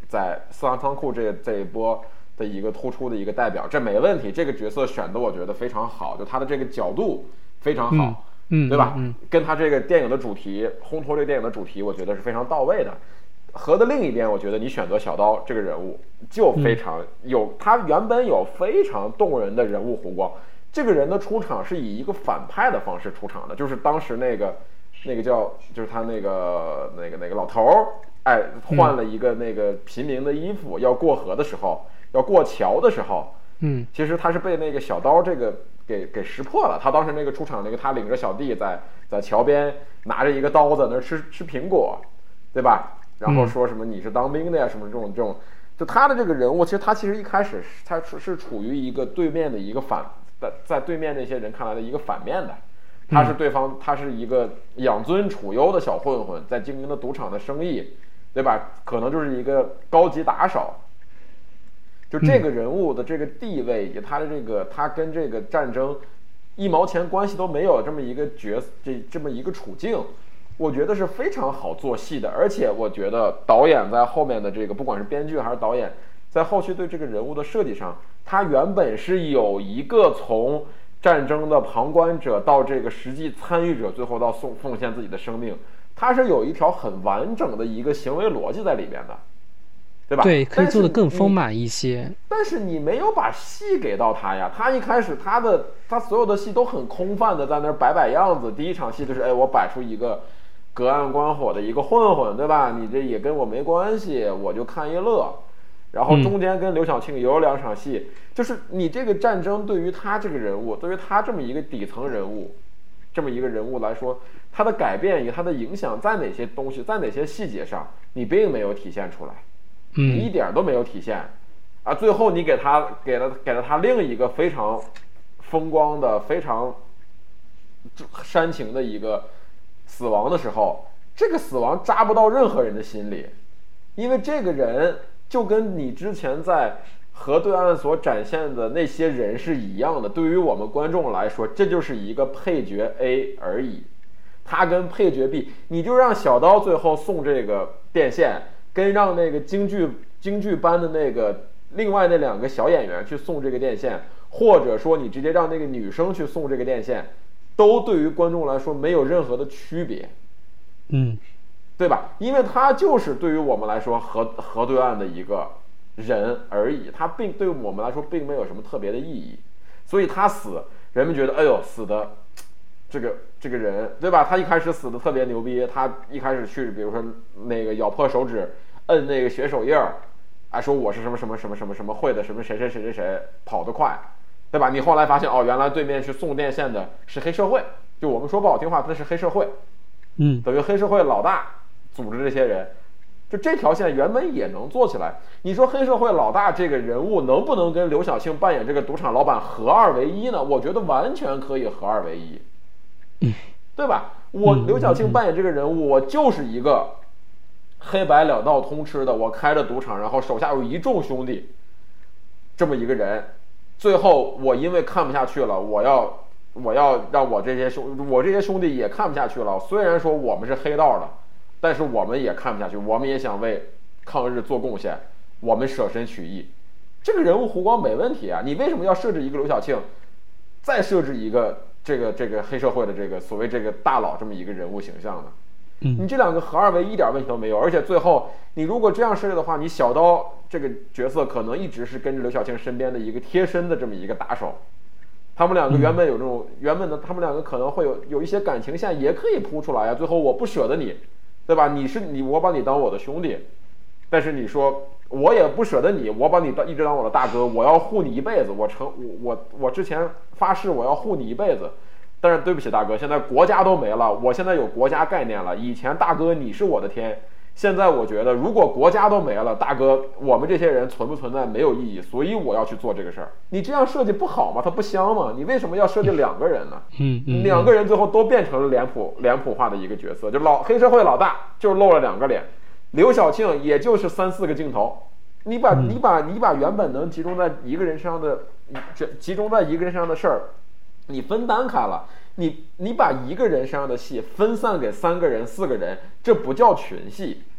Speaker 1: 在四行仓库这一波的一个突出的一个代表，这没问题。这个角色选的我觉得非常好，就他的这个角度非常好，对吧？跟他这个电影的主题，烘托这个电影的主题，我觉得是非常到位的。和的另一边，我觉得你选择小刀这个人物就非常有，他原本有非常动人的人物弧光。这个人的出场是以一个反派的方式出场的，就是当时那个就是他那个老头儿，哎，换了一个那个平民的衣服，要过河的时候，要过桥的时候，其实他是被那个小刀这个给识破了。他当时那个出场，那个他领着小弟在桥边拿着一个刀在那吃苹果，对吧？然后说什么你是当兵的呀，什么这种，就他的这个人物，其实一开始他是处于一个对面的一个在对面那些人看来的一个反面的。他是一个养尊处优的小混混，在经营的赌场的生意，对吧？可能就是一个高级打手。就这个人物的这个地位以及他跟这个战争一毛钱关系都没有这么一个这么一个处境，我觉得是非常好做戏的。而且我觉得导演在后面的这个不管是编剧还是导演，在后续对这个人物的设计上，他原本是有一个从战争的旁观者到这个实际参与者，最后到奉献自己的生命，他是有一条很完整的一个行为逻辑在里边的，对吧？
Speaker 2: 对，可以做得更丰满一些。
Speaker 1: 但是你没有把戏给到他呀，他一开始他所有的戏都很空泛的在那儿摆样子。第一场戏就是，我摆出一个隔岸观火的一个混混，对吧？你这也跟我没关系，我就看一乐。然后中间跟刘晓庆也有2场戏，就是你这个战争对于他这个人物，对于他这么一个底层人物，这么一个人物来说，他的改变以及他的影响在哪些东西，在哪些细节上，你并没有体现出来，你一点都没有体现啊！最后你给了他另一个非常风光的、非常煽情的一个死亡的时候，这个死亡扎不到任何人的心里，因为这个人就跟你之前在河对岸所展现的那些人是一样的。对于我们观众来说，这就是一个配角 A 而已。他跟配角 B， 你就让小刀最后送这个电线，跟让那个京剧班的那个另外那2个小演员去送这个电线，或者说你直接让那个女生去送这个电线，都对于观众来说没有任何的区别。对吧？因为他就是对于我们来说河对岸的一个人而已，他对于我们来说并没有什么特别的意义。所以他死，人们觉得哎呦死的这个人，对吧？他一开始死的特别牛逼，他一开始去比如说那个咬破手指摁那个血手印儿，说我是什么什么会的，什么谁跑得快，对吧？你后来发现原来对面去送电线的是黑社会，就我们说不好听话，那是黑社会，等于黑社会老大组织这些人，就这条线原本也能做起来。你说黑社会老大这个人物能不能跟刘晓庆扮演这个赌场老板合二为一呢？我觉得完全可以合二为一，对吧？刘晓庆扮演这个人物，我就是一个黑白两道通吃的，我开着赌场，然后手下有一众兄弟，这么一个人。最后我因为看不下去了，我要让我这些兄弟也看不下去了。虽然说我们是黑道的，但是我们也看不下去，我们也想为抗日做贡献，我们舍身取义。这个人物弧光没问题啊，你为什么要设置一个刘晓庆，再设置一个这个黑社会的这个所谓这个大佬这么一个人物形象呢？你这2个合二为一，一点问题都没有。而且最后你如果这样设置的话，你小刀这个角色可能一直是跟着刘晓庆身边的一个贴身的这么一个打手。他们2个原本有这种他们2个可能会有一些感情线也可以铺出来呀。最后我不舍得你，对吧？我把你当我的兄弟，但是你说我也不舍得你，我把你一直当我的大哥，我要护你一辈子，我之前发誓我要护你一辈子。但是对不起大哥，现在国家都没了，我现在有国家概念了。以前大哥你是我的天，现在我觉得如果国家都没了，大哥我们这些人存不存在没有意义，所以我要去做这个事儿。你这样设计不好吗？它不香吗？你为什么要设计2个人呢？2个人最后都变成了脸谱化的一个角色，就黑社会老大就是露了2个脸，刘晓庆也就是3、4个镜头。你把原本能集中在一个人身上的事儿，你分担开了，你把一个人身上的戏分散给3个人、4个人，这不叫群戏，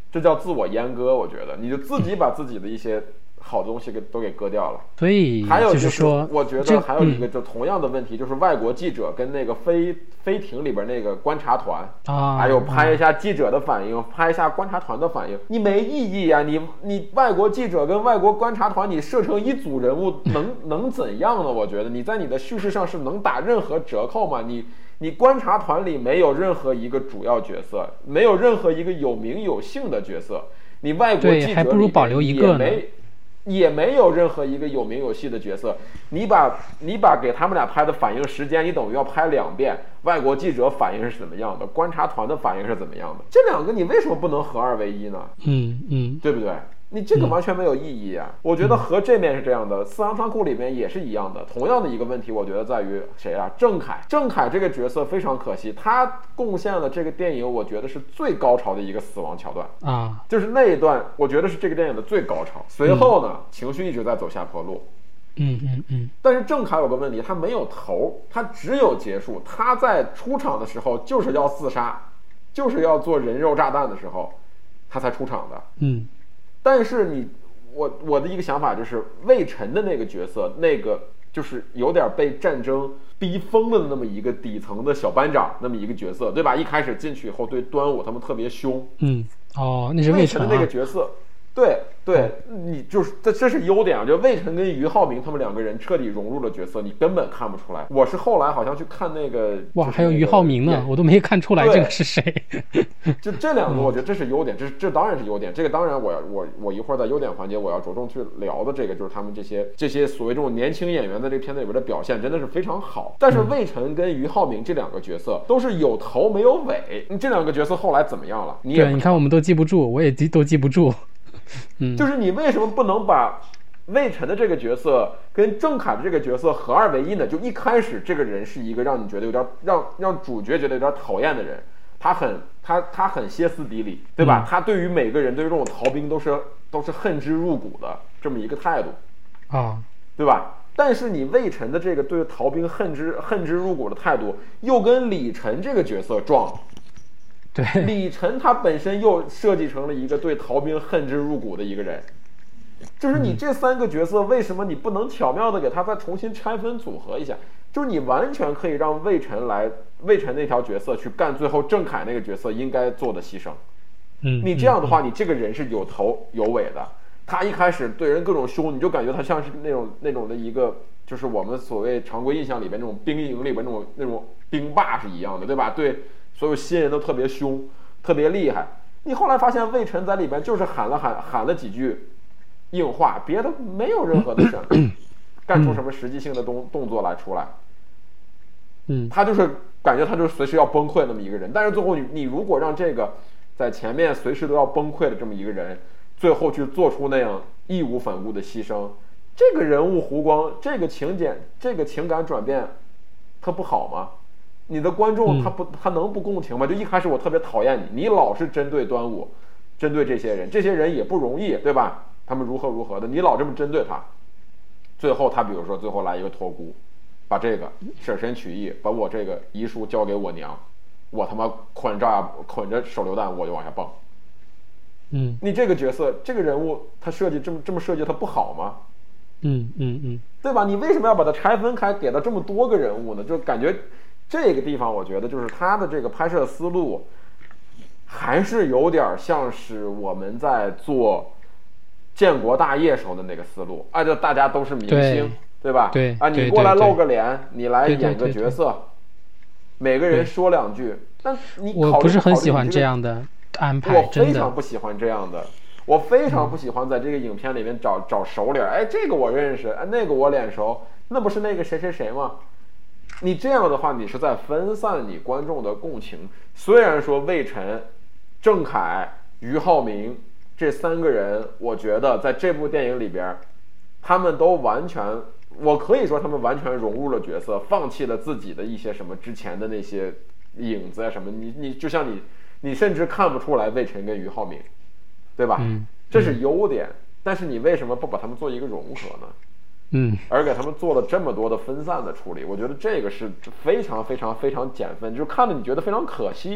Speaker 1: 这叫自我阉割。我觉得你就自己把自己的一些好东西都给割掉了。
Speaker 2: 所以
Speaker 1: 还有
Speaker 2: 就是说，
Speaker 1: 我觉得还有一个就同样的问题，就是外国记者跟那个飞艇里边那个观察团
Speaker 2: 啊，
Speaker 1: 还有拍一下记者的反应，拍一下观察团的反应，你没意义啊！你外国记者跟外国观察团，你设成一组人物能怎样呢？我觉得你在你的叙事上是能打任何折扣吗？你观察团里没有任何一个主要角色，没有任何一个有名有姓的角色，你外国记者里
Speaker 2: 还不如保留一个呢。
Speaker 1: 也没有任何一个有名有姓的角色，你把给他们俩拍的反应时间，你等于要拍2遍。外国记者反应是怎么样的，观察团的反应是怎么样的，这2个你为什么不能合二为一呢？对不对？你这个完全没有意义啊！我觉得和这面是这样的，四行仓库里面也是一样的。同样的一个问题，我觉得在于谁啊？郑恺这个角色非常可惜，他贡献了这个电影，我觉得是最高潮的一个死亡桥段
Speaker 2: 啊，
Speaker 1: 就是那一段，我觉得是这个电影的最高潮。随后呢，情绪一直在走下坡路。但是郑恺有个问题，他没有头，他只有结束。他在出场的时候就是要自杀，就是要做人肉炸弹的时候，他才出场的。但是我的一个想法就是，魏晨的那个角色，那个就是有点被战争逼疯了的那么一个底层的小班长，那么一个角色，对吧？一开始进去以后对端午他们特别凶。
Speaker 2: 那是魏晨
Speaker 1: 的那个角色。对，你就是这是优点啊！就魏晨跟俞灏明他们2个人彻底融入了角色，你根本看不出来。我是后来好像去看那个，
Speaker 2: 哇，还有俞灏明呢，我都没看出来这个是谁。
Speaker 1: 就这2个，我觉得这是优点，这当然是优点。这个当然我一会儿在优点环节我要着重去聊的，这个就是他们这些所谓这种年轻演员在这个片子里边的表现真的是非常好。但是魏晨跟俞灏明这2个角色都是有头没有尾，这2个角色后来怎么样了？
Speaker 2: 对，你看我们都记不住，我也都记不住。
Speaker 1: 就是你为什么不能把魏晨的这个角色跟郑恺的这个角色合二为一呢？就一开始这个人是一个让你觉得有点让主角觉得有点讨厌的人，他很歇斯底里，对吧？他对于每个人对于这种逃兵都是恨之入骨的这么一个态度
Speaker 2: 啊，
Speaker 1: 对吧？但是你魏晨的这个对逃兵恨之入骨的态度，又跟李晨这个角色撞了。
Speaker 2: 对，
Speaker 1: 李晨他本身又设计成了一个对逃兵恨之入骨的一个人，就是你这3个角色，为什么你不能巧妙的给他再重新拆分组合一下？就是你完全可以让魏晨那条角色去干最后郑恺那个角色应该做的牺牲。你这样的话，你这个人是有头有尾的。他一开始对人各种凶，你就感觉他像是那种的一个，就是我们所谓常规印象里边那种兵营里边那种兵霸是一样的，对吧？对。所有新人都特别凶，特别厉害。你后来发现魏晨在里边就是喊了几句硬话，别的没有任何的选择，干出什么实际性的动作来出来。他就是感觉他就是随时要崩溃那么一个人。但是最后你如果让这个在前面随时都要崩溃的这么一个人，最后去做出那样义无反顾的牺牲，这个人物弧光，这个情感转变，它不好吗？你的观众他能不共情吗？就一开始我特别讨厌你老是针对端午，针对这些人也不容易，对吧？他们如何的，你老这么针对他，最后他比如说最后来一个托孤，把这个舍身取义，把我这个遗书交给我娘，我他妈捆着手榴弹我就往下蹦。你这个角色这个人物他设计这么设计他不好吗？对吧？你为什么要把它拆分开给到这么多个人物呢？就感觉这个地方我觉得就是他的这个拍摄思路还是有点像是我们在做建国大业时候的那个思路，就大家都是明星，对吧？
Speaker 2: 对
Speaker 1: 你过来露个脸，你来演个角色，每个人说2句，但你
Speaker 2: 我不是很喜欢这样的安排，
Speaker 1: 我非常不喜欢这样的。我非常不喜欢在这个影片里面找熟脸，这个我认识，那个我脸熟，那不是那个谁谁谁吗？你这样的话，你是在分散你观众的共情。虽然说魏晨、郑恺、俞灏明这3个人，我觉得在这部电影里边，他们都完全，我可以说他们完全融入了角色，放弃了自己的一些什么之前的那些影子啊什么。你就像你甚至看不出来魏晨跟俞灏明。对吧？这是优点，但是你为什么不把他们做一个融合呢？而给他们做了这么多的分散的处理，我觉得这个是非常非常非常减分，就是看了你觉得非常可惜，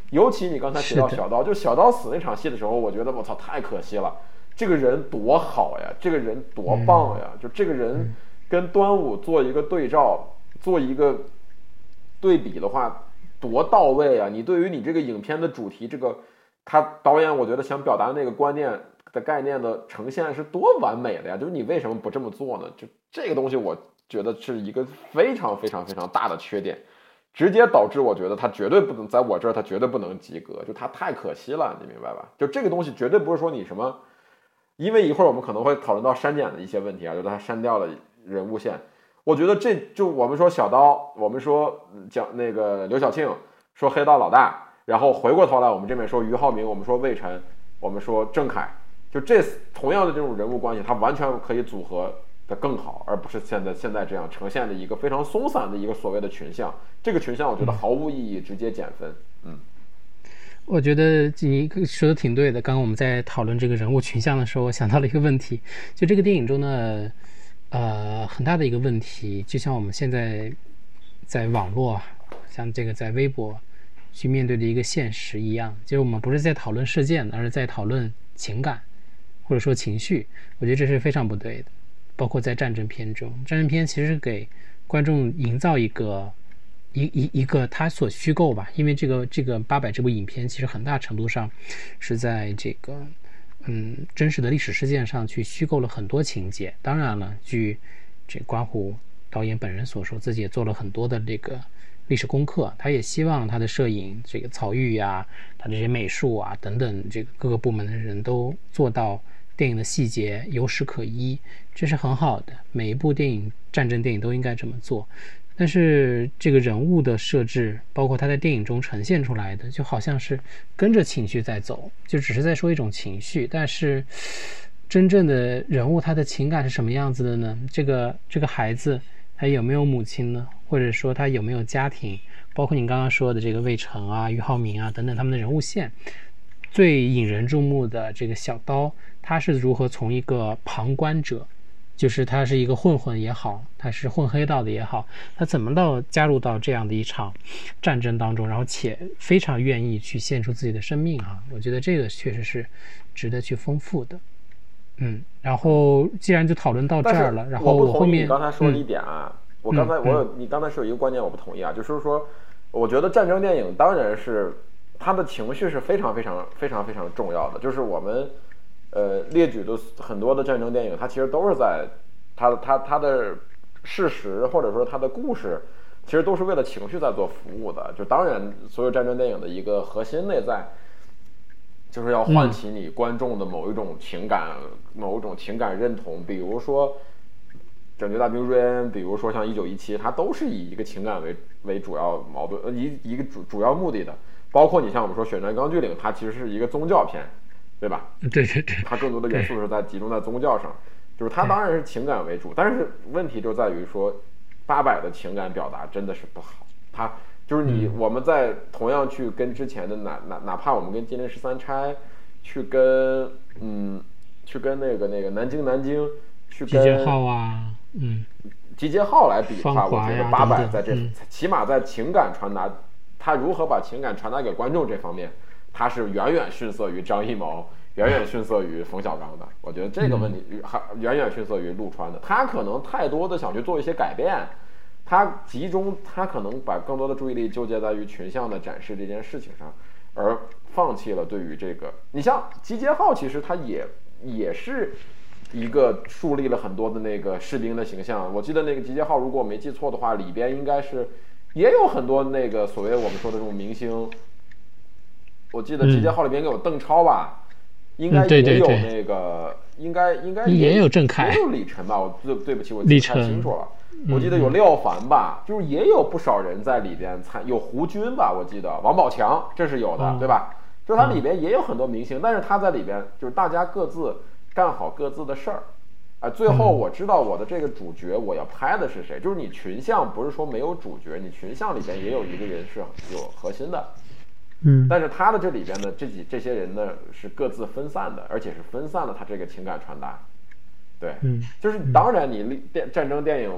Speaker 1: 尤其你刚才提到小刀，就小刀死那场戏的时候，我觉得我操太可惜了，这个人多好呀，这个人多棒呀，就这个人跟端午做一个对照，做一个对比的话，多到位啊！你对于你这个影片的主题，这个他导演我觉得想表达的那个观念的概念的呈现是多完美的呀！就是你为什么不这么做呢？就这个东西，我觉得是一个非常非常非常大的缺点，直接导致我觉得他绝对不能在我这儿，他绝对不能及格，就他太可惜了，你明白吧？就这个东西绝对不是说你什么，因为一会儿我们可能会讨论到删减的一些问题啊，就是他删掉了人物线。我觉得这就我们说小刀，我们说讲那个刘晓庆，说黑道老大，然后回过头来我们这边说俞灏明，我们说魏晨，我们说郑恺，就这同样的这种人物关系，它完全可以组合的更好，而不是现在这样呈现的一个非常松散的一个所谓的群像。这个群像我觉得毫无意义，直接减分。
Speaker 2: 我觉得你说的挺对的。刚刚我们在讨论这个人物群像的时候，我想到了一个问题，就这个电影中呢。很大的一个问题，就像我们现在在网络，像这个在微博去面对的一个现实一样，就是我们不是在讨论事件，而是在讨论情感或者说情绪。我觉得这是非常不对的。包括在战争片中，战争片其实给观众营造一个他所虚构吧，因为这个八佰这部影片其实很大程度上是在这个真实的历史事件上去虚构了很多情节。当然了，据这关虎导演本人所说，自己也做了很多的这个历史功课，他也希望他的摄影这个曹郁呀，他这些美术啊等等这个各个部门的人都做到电影的细节有史可依，这是很好的。每一部电影战争电影都应该这么做。但是这个人物的设置，包括他在电影中呈现出来的，就好像是跟着情绪在走，就只是在说一种情绪，但是真正的人物他的情感是什么样子的呢？这个孩子他有没有母亲呢？或者说他有没有家庭？包括你刚刚说的这个魏晨啊、俞灏明啊等等他们的人物线，最引人注目的这个小刀，他是如何从一个旁观者，就是他是一个混混也好，他是混黑道的也好，他怎么加入到这样的一场战争当中，然后且非常愿意去献出自己的生命啊！我觉得这个确实是值得去丰富的。然后既然就讨论到这儿了，然后
Speaker 1: 我
Speaker 2: 后面
Speaker 1: 你刚才说的一点啊，你刚才是有一个观点我不同意啊，就是说，我觉得战争电影当然是它的情绪是非常非常非常非常重要的，就是我们。列举的很多的战争电影，它其实都是在它的事实或者说它的故事，其实都是为了情绪在做服务的。就当然，所有战争电影的一个核心内在，就是要唤起你观众的某一种情感、某一种情感认同。比如说《拯救大兵瑞恩》，比如说像1917，它都是以一个情感为主要矛盾，一个主要目的的。包括你像我们说《选战钢锯岭》，它其实是一个宗教片。对吧？
Speaker 2: 对，
Speaker 1: 它更多的元素是在集中在宗教上，就是它当然是情感为主，但是问题就在于说，八佰的情感表达真的是不好。它就是我们在同样去跟之前的哪怕我们跟金陵十三钗，去跟那个南京，去跟
Speaker 2: 集结号啊，
Speaker 1: 集结号来比的话，我觉得八佰在这起码在情感传达，他如何把情感传达给观众这方面。他是远远逊色于张艺谋，远远逊色于冯小刚的。我觉得这个问题还远远逊色于陆川的。他可能太多的想去做一些改变，他可能把更多的注意力纠结在于群像的展示这件事情上，而放弃了对于这个。你像集结号，其实他也是一个树立了很多的那个士兵的形象。我记得那个集结号，如果我没记错的话，里边应该是也有很多那个所谓我们说的这种明星。我记得集结号里边有邓超吧，应该也有那个，应该
Speaker 2: 也有郑恺，
Speaker 1: 也有李晨吧，我对不起，我记不太清楚了。我记得有廖凡吧，就是也有不少人在里边有胡军吧，我记得王宝强这是有的，对吧？就是它里边也有很多明星，但是他在里边就是大家各自干好各自的事儿。最后我知道我的这个主角我要拍的是谁，就是你群像不是说没有主角，你群像里边也有一个人是有核心的。但是他的这里边的这些人呢是各自分散的，而且是分散了他这个情感传达。对，就是当然你战争电影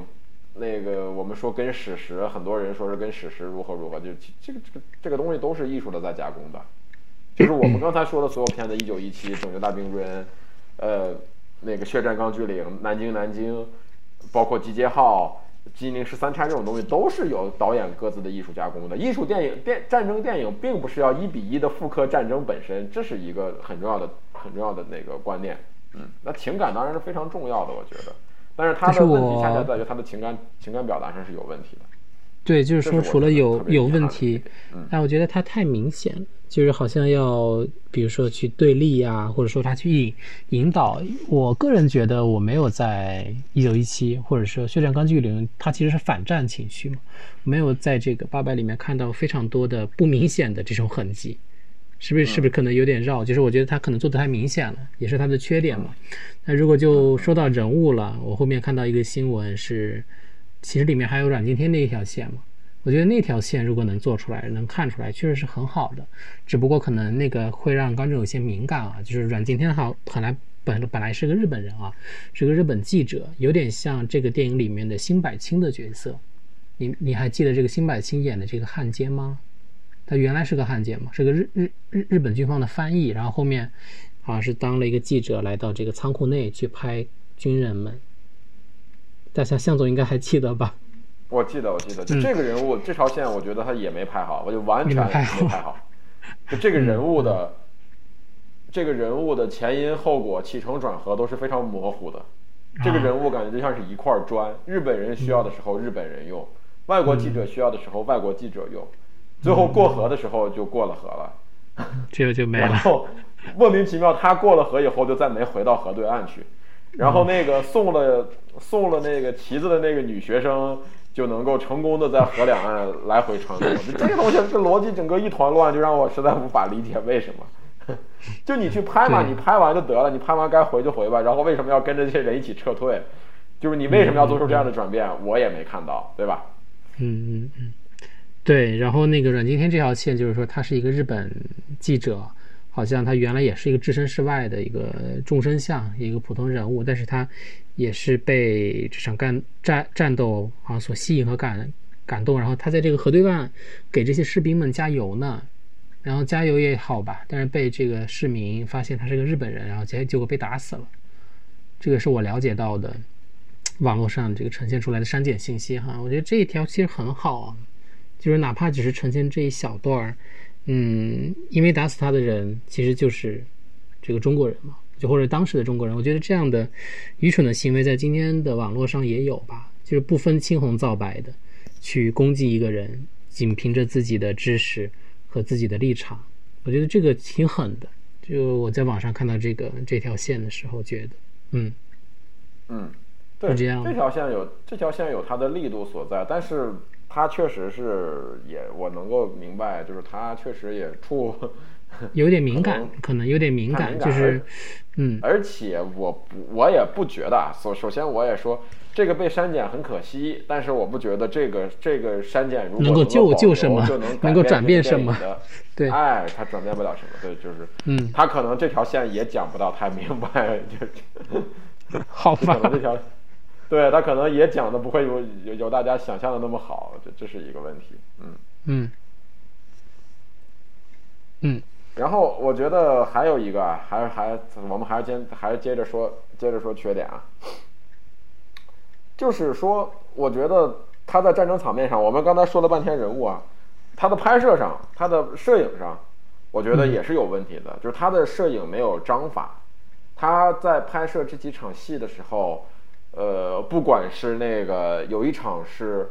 Speaker 1: 那个我们说跟史实，很多人说是跟史实如何如何，就这个东西都是艺术的在加工的。就是我们刚才说的所有片子，1917、拯救大兵瑞恩，那个血战钢锯岭、南京，包括集结号、金陵13钗这种东西，都是有导演各自的艺术加工的。艺术电影、战争电影并不是要1比1的复刻战争本身，这是一个很重要的那个观念。那情感当然是非常重要的，我觉得。但是他的问题恰恰在于他的情感表达上是有问题的。
Speaker 2: 对，就是说除了有问题，但我觉得他太明显了，就是好像要比如说去对立啊，或者说他去引导。我个人觉得我没有在1917或者说血战钢锯岭，它其实是反战情绪嘛，没有在这个800里面看到非常多的不明显的这种痕迹。是不是可能有点绕？就是我觉得他可能做得太明显了，也是他的缺点嘛。那如果就说到人物了，我后面看到一个新闻是，其实里面还有阮经天那一条线嘛。我觉得那条线如果能做出来，能看出来，确实是很好的。只不过可能那个会让观众有些敏感啊。就是阮经天本来是个日本人啊，是个日本记者，有点像这个电影里面的辛柏青的角色。你还记得这个辛柏青演的这个汉奸吗？他原来是个汉奸嘛，是个日本军方的翻译，然后后面好像是当了一个记者，来到这个仓库内去拍军人们。大家向总应该还记得吧？
Speaker 1: 我记得，就这个人物、这条线，我觉得他也没拍好，我就完全没拍好。就这个人物的前因后果、起承转合都是非常模糊的。这个人物感觉就像是一块砖，日本人需要的时候日本人用，外国记者需要的时候外国记者用。最后过河的时候就过了河了，
Speaker 2: 就没了。
Speaker 1: 然后莫名其妙，他过了河以后就再没回到河对岸去。然后那个送了那个旗子的那个女学生就能够成功的在河两岸来回穿梭。这个东西这逻辑整个一团乱，就让我实在无法理解为什么。就你去拍嘛，你拍完就得了，你拍完该回就回吧。然后为什么要跟着这些人一起撤退？就是你为什么要做出这样的转变？我也没看到，对吧？
Speaker 2: 对，然后那个阮经天这条线就是说他是一个日本记者，好像他原来也是一个置身事外的一个众生相，一个普通人物，但是他也是被这场战斗好像所吸引和感动，然后他在这个河对岸给这些士兵们加油呢，然后加油也好吧，但是被这个市民发现他是个日本人，然后结果被打死了。这个是我了解到的网络上这个呈现出来的删减信息哈，我觉得这一条其实很好啊。就是哪怕只是呈现这一小段，因为打死他的人其实就是这个中国人嘛，就或者当时的中国人。我觉得这样的愚蠢的行为在今天的网络上也有吧，就是不分青红皂白的去攻击一个人，仅凭着自己的知识和自己的立场，我觉得这个挺狠的。就我在网上看到这条线的时候，觉得，
Speaker 1: 对，
Speaker 2: 这样。
Speaker 1: 这条线有它的力度所在，但是。他确实是我能够明白，就是他确实也
Speaker 2: 有点敏感，可能有点敏感，就是
Speaker 1: 而且我也不觉得，首先我也说这个被删减很可惜，但是我不觉得这个删减如果
Speaker 2: 能够救什么，
Speaker 1: 就
Speaker 2: 能够转变什么，对，
Speaker 1: 它转变不了什么，对，就是他可能这条线也讲不到太明白，就
Speaker 2: 好吧，
Speaker 1: 可能这条。对，他可能也讲的不会有大家想象的那么好，这是一个问题。然后我觉得还有一个，我们还是接着说缺点啊，就是说，我觉得他在战争场面上，我们刚才说了半天人物啊，他的拍摄上，他的摄影上，我觉得也是有问题的，就是他的摄影没有章法，他在拍摄这几场戏的时候。不管是那个有一场是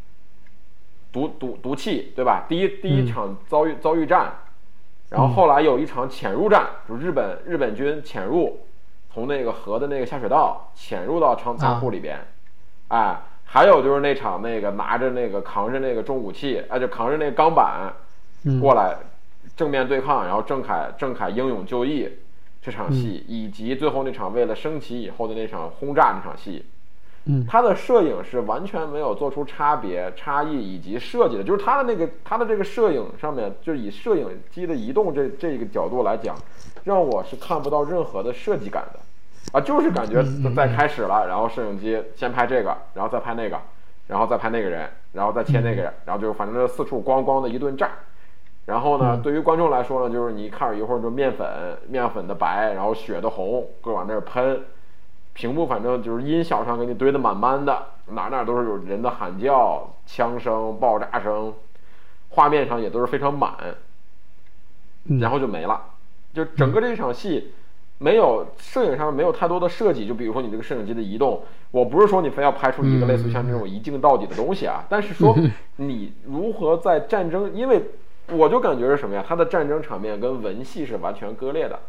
Speaker 1: 毒气，对吧？第一场遭遇战，然后后来有一场潜入战，就是日本军潜入，从那个河的那个下水道潜入到仓库里边，还有就是那场那个扛着那个重武器，就扛着那个钢板过来正面对抗，然后郑恺英勇就义。这场戏以及最后那场为了升旗以后的那场轰炸那场戏，他的摄影是完全没有做出差异以及设计的，就是他的这个摄影上面，就是以摄影机的移动这个角度来讲，让我是看不到任何的设计感的，就是感觉在开始了，然后摄影机先拍这个，然后再拍那个， 然后再拍那个人，然后再切那个人，然后就反正四处咣咣的一顿炸。然后呢，对于观众来说呢，就是你看一会儿就面粉的白，然后血的红，各往那儿喷，屏幕反正就是音响上给你堆得满满的，哪都是有人的喊叫、枪声、爆炸声，画面上也都是非常满，然后就没了。就整个这场戏没有摄影上没有太多的设计，就比如说你这个摄影机的移动，我不是说你非要拍出一个类似于像这种一镜到底的东西啊，但是说你如何在战争，因为我就感觉是什么呀？它的战争场面跟文戏是完全割裂的，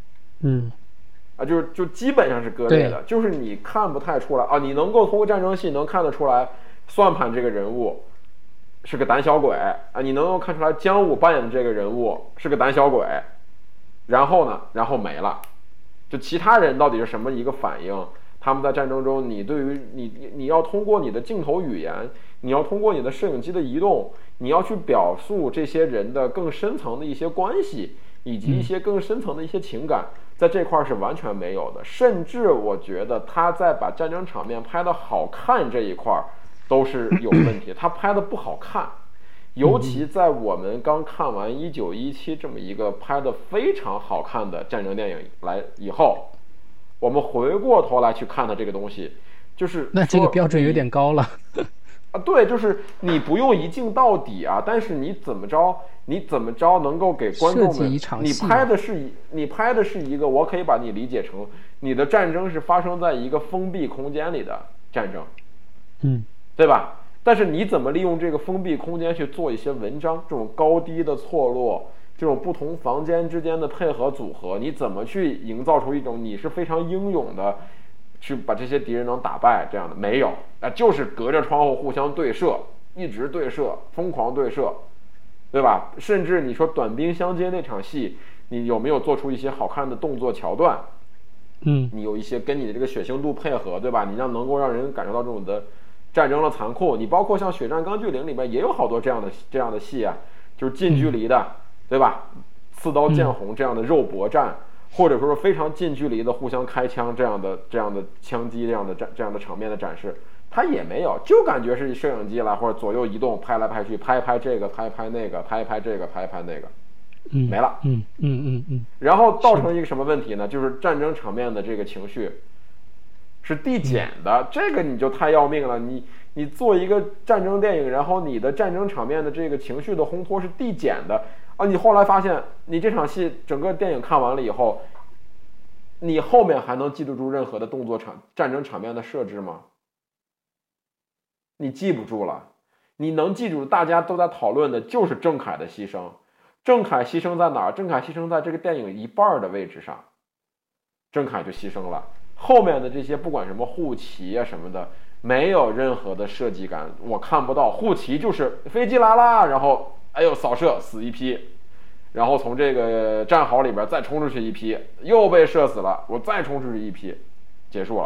Speaker 1: 就基本上是割裂的，就是你看不太出来啊，你能够通过战争戏能看得出来，算盘这个人物是个胆小鬼啊，你能够看出来姜武扮演的这个人物是个胆小鬼，然后没了，就其他人到底是什么一个反应？他们在战争中，你对于你要通过你的镜头语言，你要通过你的摄影机的移动，你要去表述这些人的更深层的一些关系，以及一些更深层的一些情感，在这块是完全没有的。甚至我觉得他在把战争场面拍得好看这一块都是有问题，他拍得不好看。尤其在我们刚看完1917这么一个拍得非常好看的战争电影来以后，我们回过头来去看它这个东西，就是
Speaker 2: 那这个标准有点高了
Speaker 1: 啊。对，就是你不用一镜到底啊，但是你怎么着能够给观众们，你拍的是一个，我可以把你理解成你的战争是发生在一个封闭空间里的战争，对吧？但是你怎么利用这个封闭空间去做一些文章，这种高低的错落，这种不同房间之间的配合组合，你怎么去营造出一种你是非常英勇的去把这些敌人能打败这样的？没有，就是隔着窗户互相对射，一直对射，疯狂对射，对吧？甚至你说短兵相接那场戏，你有没有做出一些好看的动作桥段？你有一些跟你的这个血腥度配合，对吧？你能够让人感受到这种的战争的残酷。你包括像《血战钢锯岭》里面也有好多这样的戏啊，就是近距离的，对吧？刺刀见红这样的肉搏战，或者说非常近距离的互相开枪这样的枪击这样的场面的展示，它也没有，就感觉是摄影机来或者左右移动拍来拍去，拍这个，拍那个，拍这个，拍那个，没了。然后造成一个什么问题呢？就是战争场面的这个情绪是递减的，这个你就太要命了。你做一个战争电影，然后你的战争场面的这个情绪的烘托是递减的啊！你后来发现，你这场戏整个电影看完了以后，你后面还能记得住任何的战争场面的设置吗？你记不住了。你能记住大家都在讨论的就是郑恺的牺牲。郑恺牺牲在哪儿？郑恺牺牲在这个电影一半的位置上，郑恺就牺牲了。后面的这些不管什么护旗啊什么的，没有任何的设计感，我看不到。护旗就是飞机来啦，然后扫射死一批，然后从这个战壕里边再冲出去一批，又被射死了，我再冲出去一批，结束了。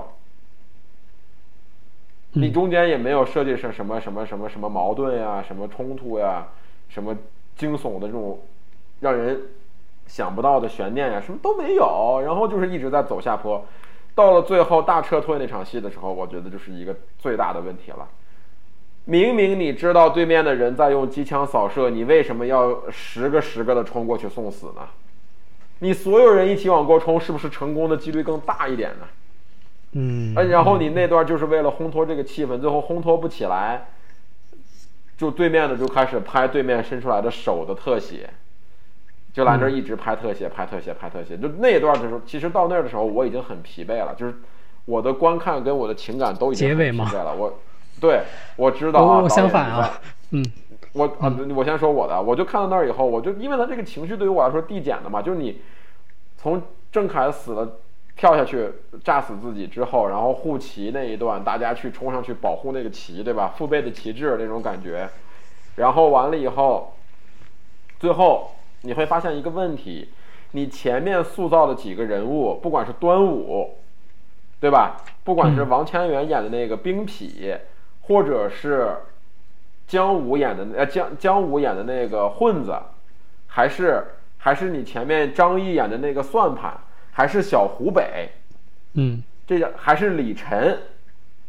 Speaker 1: 你中间也没有设计成什么矛盾呀，什么冲突呀，什么惊悚的这种让人想不到的悬念呀，什么都没有，然后就是一直在走下坡。到了最后大撤退那场戏的时候，我觉得就是一个最大的问题了。明明你知道对面的人在用机枪扫射，你为什么要十个的冲过去送死呢？你所有人一起往过冲，是不是成功的几率更大一点呢？然后你那段就是为了烘托这个气氛，最后烘托不起来，就对面的就开始拍对面伸出来的手的特写，就来这一直拍特写，就那段的时候，其实到那儿的时候我已经很疲惫了，就是我的观看跟我的情感都已经很疲惫了。我知道啊，
Speaker 2: 我相反啊，
Speaker 1: 我先说我的，我就看到那儿以后，我就因为他这个情绪对于我来说递减的嘛，就是你从郑恺死了跳下去炸死自己之后，然后护旗那一段，大家去冲上去保护那个旗，对吧？父辈的旗帜那种感觉，然后完了以后，最后你会发现一个问题，你前面塑造的几个人物，不管是端午，对吧？不管是王千源演的那个兵痞，或者是姜武演的那个混子，还是你前面张译演的那个算盘，还是小湖北，这还是李晨，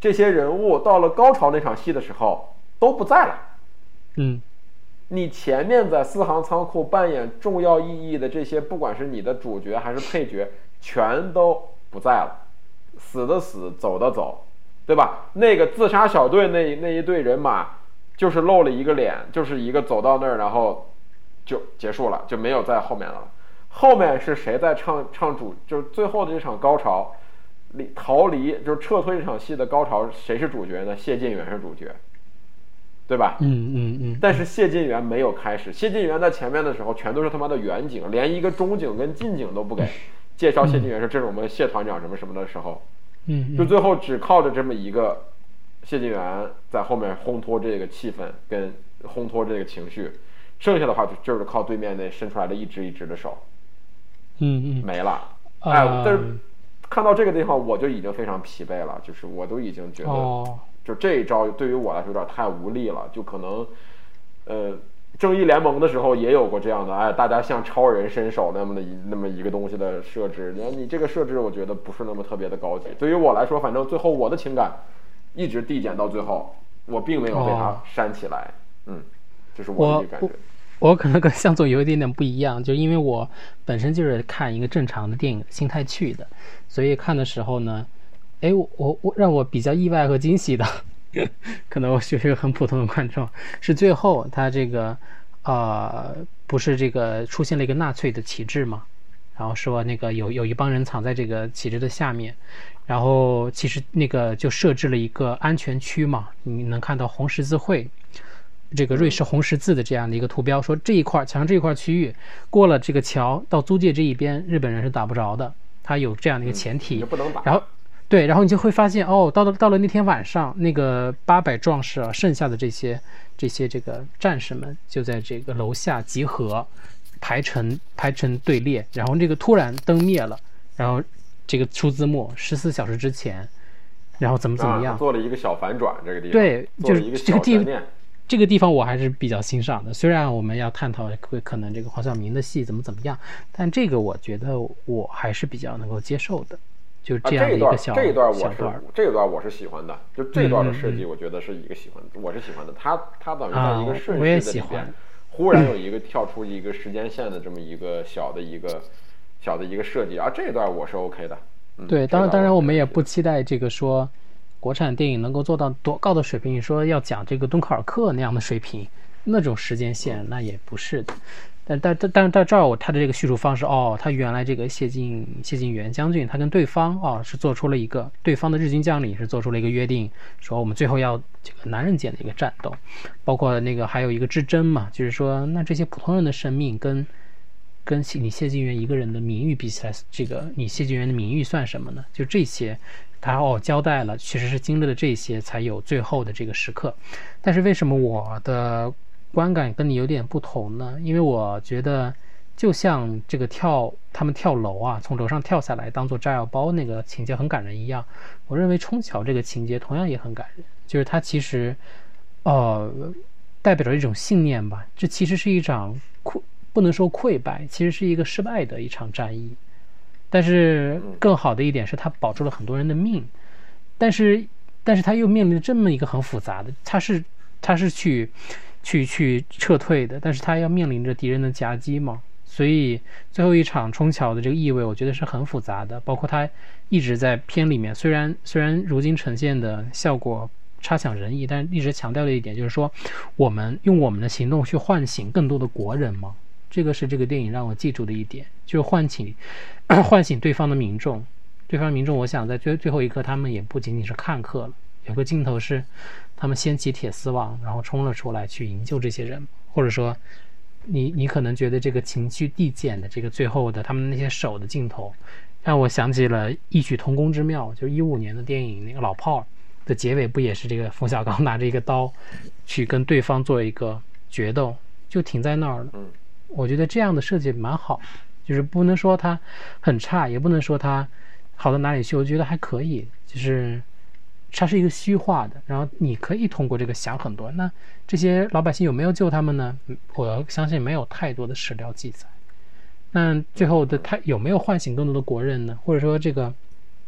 Speaker 1: 这些人物到了高潮那场戏的时候都不在了。你前面在四行仓库扮演重要意义的这些，不管是你的主角还是配角，全都不在了，死的死，走的走，对吧？那个自杀小队那一队人马，就是露了一个脸，就是一个走到那儿，然后就结束了，就没有在后面了。后面是谁在唱主，就是最后的这场高潮，逃离就是撤退这场戏的高潮，谁是主角呢？谢晋元是主角。对吧？但是谢晋元没有开始，谢晋元在前面的时候全都是他妈的远景，连一个中景跟近景都不给。介绍谢晋元是这是我们谢团长什么什么的时候，就最后只靠着这么一个谢晋元在后面烘托这个气氛跟烘托这个情绪，剩下的话就是靠对面那伸出来的一只一只的手，没了。但是看到这个地方我就已经非常疲惫了，就是我都已经觉得。就这一招对于我来说有点太无力了，就可能，正义联盟的时候也有过这样的，大家向超人伸手那么一个东西的设置，你这个设置我觉得不是那么特别的高级。对于我来说，反正最后我的情感一直递减到最后，我并没有被它煽起来，这是我的一个感觉。
Speaker 2: 我可能跟向总有一点点不一样，就因为我本身就是看一个正常的电影心态去的，所以看的时候呢。我让我比较意外和惊喜的，可能我就是个很普通的观众，是最后他这个不是这个出现了一个纳粹的旗帜嘛，然后说那个有一帮人藏在这个旗帜的下面，然后其实那个就设置了一个安全区嘛，你能看到红十字会这个瑞士红十字的这样的一个图标，说这一块墙这一块区域过了这个桥到租界这一边日本人是打不着的，它有这样的一个前提，
Speaker 1: 不能打。
Speaker 2: 然后你就会发现到了那天晚上，那个800壮士啊，剩下的这些这个战士们就在这个楼下集合，排成队列，然后这个突然灯灭了，然后这个出字幕14小时之前，然后怎么样，
Speaker 1: 做了一个小反转，这个地方
Speaker 2: 对，就是这个地方我还是比较欣赏的。虽然我们要探讨可能这个黄晓明的戏怎么样，但这个我觉得我还是比较能够接受的。就这样的一个
Speaker 1: 这一段我是喜欢的，就这段的设计，我觉得是一个喜欢的，我是喜欢的。他等于在一个顺序的里边，忽然有一个跳出一个时间线的这么一个小的一个设计，这一段我是 OK 的。
Speaker 2: 对，当然我们也不期待这个说国产电影能够做到多高的水平。你说要讲这个敦刻尔克那样的水平，那种时间线那也不是的。但在这儿他的这个叙述方式他原来这个谢晋元将军他跟对方是做出了一个对方的日军将领是做出了一个约定，说我们最后要这个男人间的一个战斗，包括那个还有一个之争嘛，就是说那这些普通人的生命跟你谢晋元一个人的名誉比起来，这个你谢晋元的名誉算什么呢？就这些他交代了，其实是经历了这些才有最后的这个时刻。但是为什么我的观感跟你有点不同呢？因为我觉得就像这个他们跳楼从楼上跳下来当做炸药包那个情节很感人一样，我认为冲桥这个情节同样也很感人，就是它其实代表着一种信念吧，这其实是一场不能说溃败，其实是一个失败的一场战役，但是更好的一点是它保住了很多人的命，但是它又面临这么一个很复杂的，它是去撤退的，但是他要面临着敌人的夹击嘛，所以最后一场冲桥的这个意味我觉得是很复杂的，包括他一直在片里面，虽然如今呈现的效果差强人意，但一直强调的一点就是说我们用我们的行动去唤醒更多的国人嘛，这个是这个电影让我记住的一点，就是唤醒对方的民众，我想在最后一刻他们也不仅仅是看客了，有个镜头是他们掀起铁丝网然后冲了出来去营救这些人，或者说你可能觉得这个情绪递减的这个最后的他们那些手的镜头让我想起了异曲同工之妙，就是15年的电影那个老炮儿的结尾不也是这个冯小刚拿着一个刀去跟对方做一个决斗，就停在那儿了。我觉得这样的设计蛮好，就是不能说它很差，也不能说它好到哪里去，我觉得还可以，就是它是一个虚化的，然后你可以通过这个想很多。那这些老百姓有没有救他们呢？我相信没有太多的史料记载。那最后的他有没有唤醒更多的国人呢？或者说这个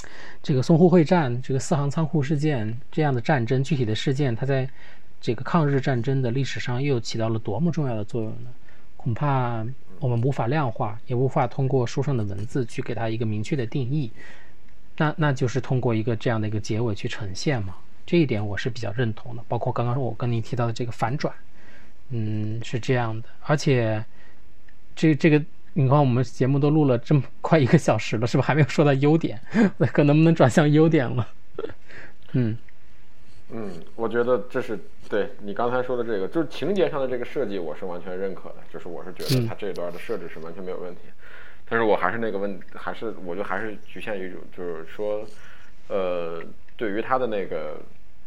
Speaker 2: 这个淞沪会战、这个四行仓库事件这样的战争，具体的事件，它在这个抗日战争的历史上又起到了多么重要的作用呢？恐怕我们无法量化，也无法通过书上的文字去给它一个明确的定义。那就是通过一个这样的一个结尾去呈现嘛。这一点我是比较认同的。包括刚刚我跟您提到的这个反转，是这样的。而且这个你看我们节目都录了这么快1个小时了，是不是还没有说到优点？可能不能转向优点了？
Speaker 3: 我觉得这是对你刚才说的这个，就是情节上的这个设计，我是完全认可的。就是我是觉得他这一段的设置是完全没有问题。但是我还是那个我就还是局限于就是说，对于他的那个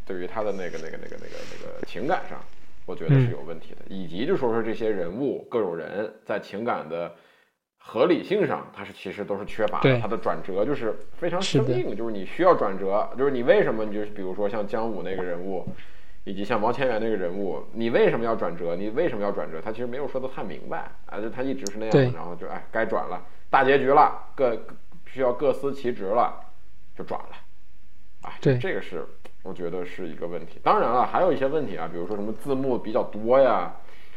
Speaker 3: 情感上，我觉得是有问题的，以及就说这些人物各种人在情感的合理性上，它是其实都是缺乏的。它的转折就是非常生硬，就是你需要转折，就是你为什么，你就是比如说像姜武那个人物，以及像王千源那个人物，你为什么要转折？你为什么要转折？他其实没有说的太明白啊，就他一直是那样，然后就该转了，大结局了，需要各司其职了，就转了，这个是我觉得是一个问题。当然了，还有一些问题啊，比如说什么字幕比较多呀。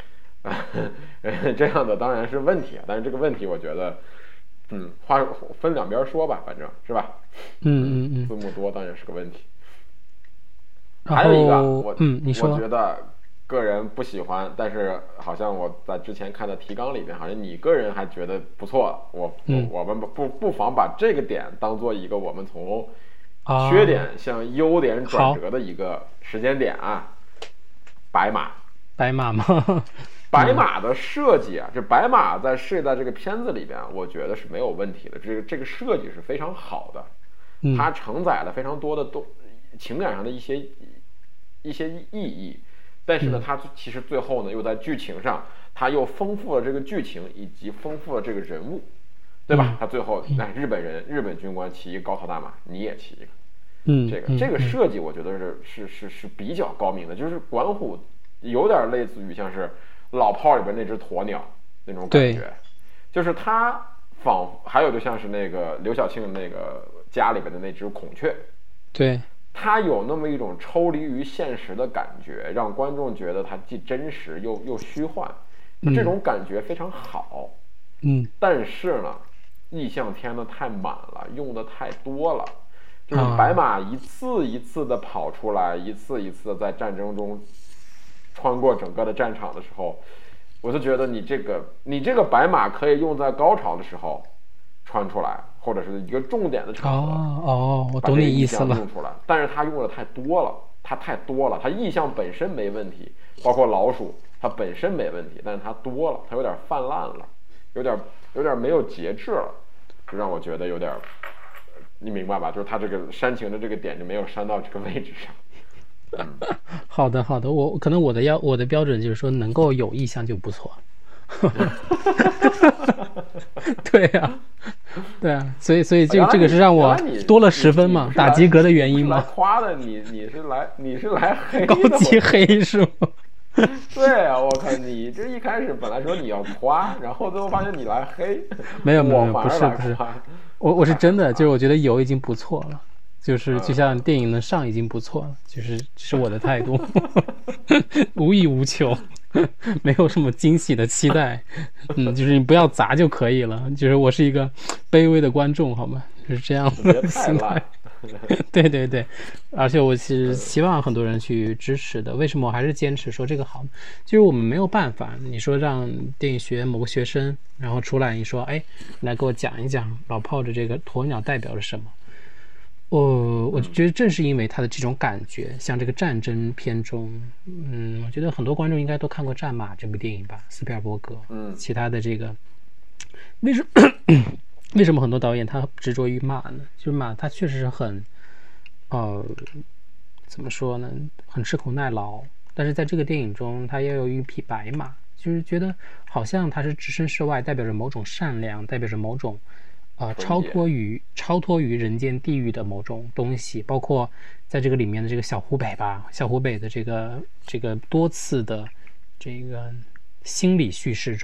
Speaker 3: 这样的当然是问题，但是这个问题我觉得，话分两边说吧，反正是吧。字幕多当然是个问题。还有一个，
Speaker 2: 你说，
Speaker 3: 我觉得个人不喜欢，但是好像我在之前看的提纲里边，好像你个人还觉得不错。我们不妨把这个点当做一个我们从缺点向优点转折的一个时间点啊。白马
Speaker 2: 吗？
Speaker 3: 白马的设计啊，这白马在这个片子里边，我觉得是没有问题的。这个设计是非常好的，它承载了非常多的情感上的一些意义。但是呢，它其实最后呢，又在剧情上，它又丰富了这个剧情，以及丰富了这个人物，对吧？它最后日本军官骑一个高头大马，你也骑一个，这个设计我觉得是比较高明的，就是管虎有点类似于像是老炮里边那只鸵鸟那种感觉，就是他还有就像是那个刘晓庆那个家里边的那只孔雀，他有那么一种抽离于现实的感觉，让观众觉得他既真实又虚幻，这种感觉非常好。但是呢，意象添的太满了，用的太多了，就是白马一次一次的跑出来，一次一次的在战争中穿过整个的战场的时候，我就觉得你这个白马可以用在高潮的时候穿出来，或者是一个重点的场合。
Speaker 2: 我懂你意思了。
Speaker 3: 用出来，但是他用的太多了，它意象本身没问题，包括老鼠它本身没问题，但是它多了，它有点泛滥了，有点没有节制了，就让我觉得有点，你明白吧？就是它这个煽情的这个点就没有煽到这个位置上。
Speaker 2: 好的，可能我的标准就是说能够有意向就不错。对啊，所以这个是让我多了10分嘛，打及格的原因嘛。
Speaker 3: 夸的你是来黑的，
Speaker 2: 高级黑是吗？
Speaker 3: 对啊，我看你这一开始本来说你要夸，然后最后发现你来黑。
Speaker 2: 没有，不是，我是真的，就是我觉得有已经不错了。就是就像电影能上已经不错了，就是我的态度。无欲无求，没有什么惊喜的期待，就是你不要砸就可以了，就是我是一个卑微的观众，好吗？是这样的心态。对，而且我其实希望很多人去支持的。为什么我还是坚持说这个好？就是我们没有办法，你说让电影学院某个学生然后出来，你说来给我讲一讲老炮的这个鸵鸟代表了什么。我觉得正是因为他的这种感觉，像这个战争片中，我觉得很多观众应该都看过《战马》这部电影吧，斯皮尔伯格，其他的这个，为什么很多导演他执着于马呢？就是马，他确实是很，怎么说呢，很吃苦耐劳，但是在这个电影中，他也有一匹白马，就是觉得好像他是置身事外，代表着某种善良，代表着某种。超脱于人间地狱的某种东西，包括在这个里面的这个小湖北的这个多次的这个心理叙事中，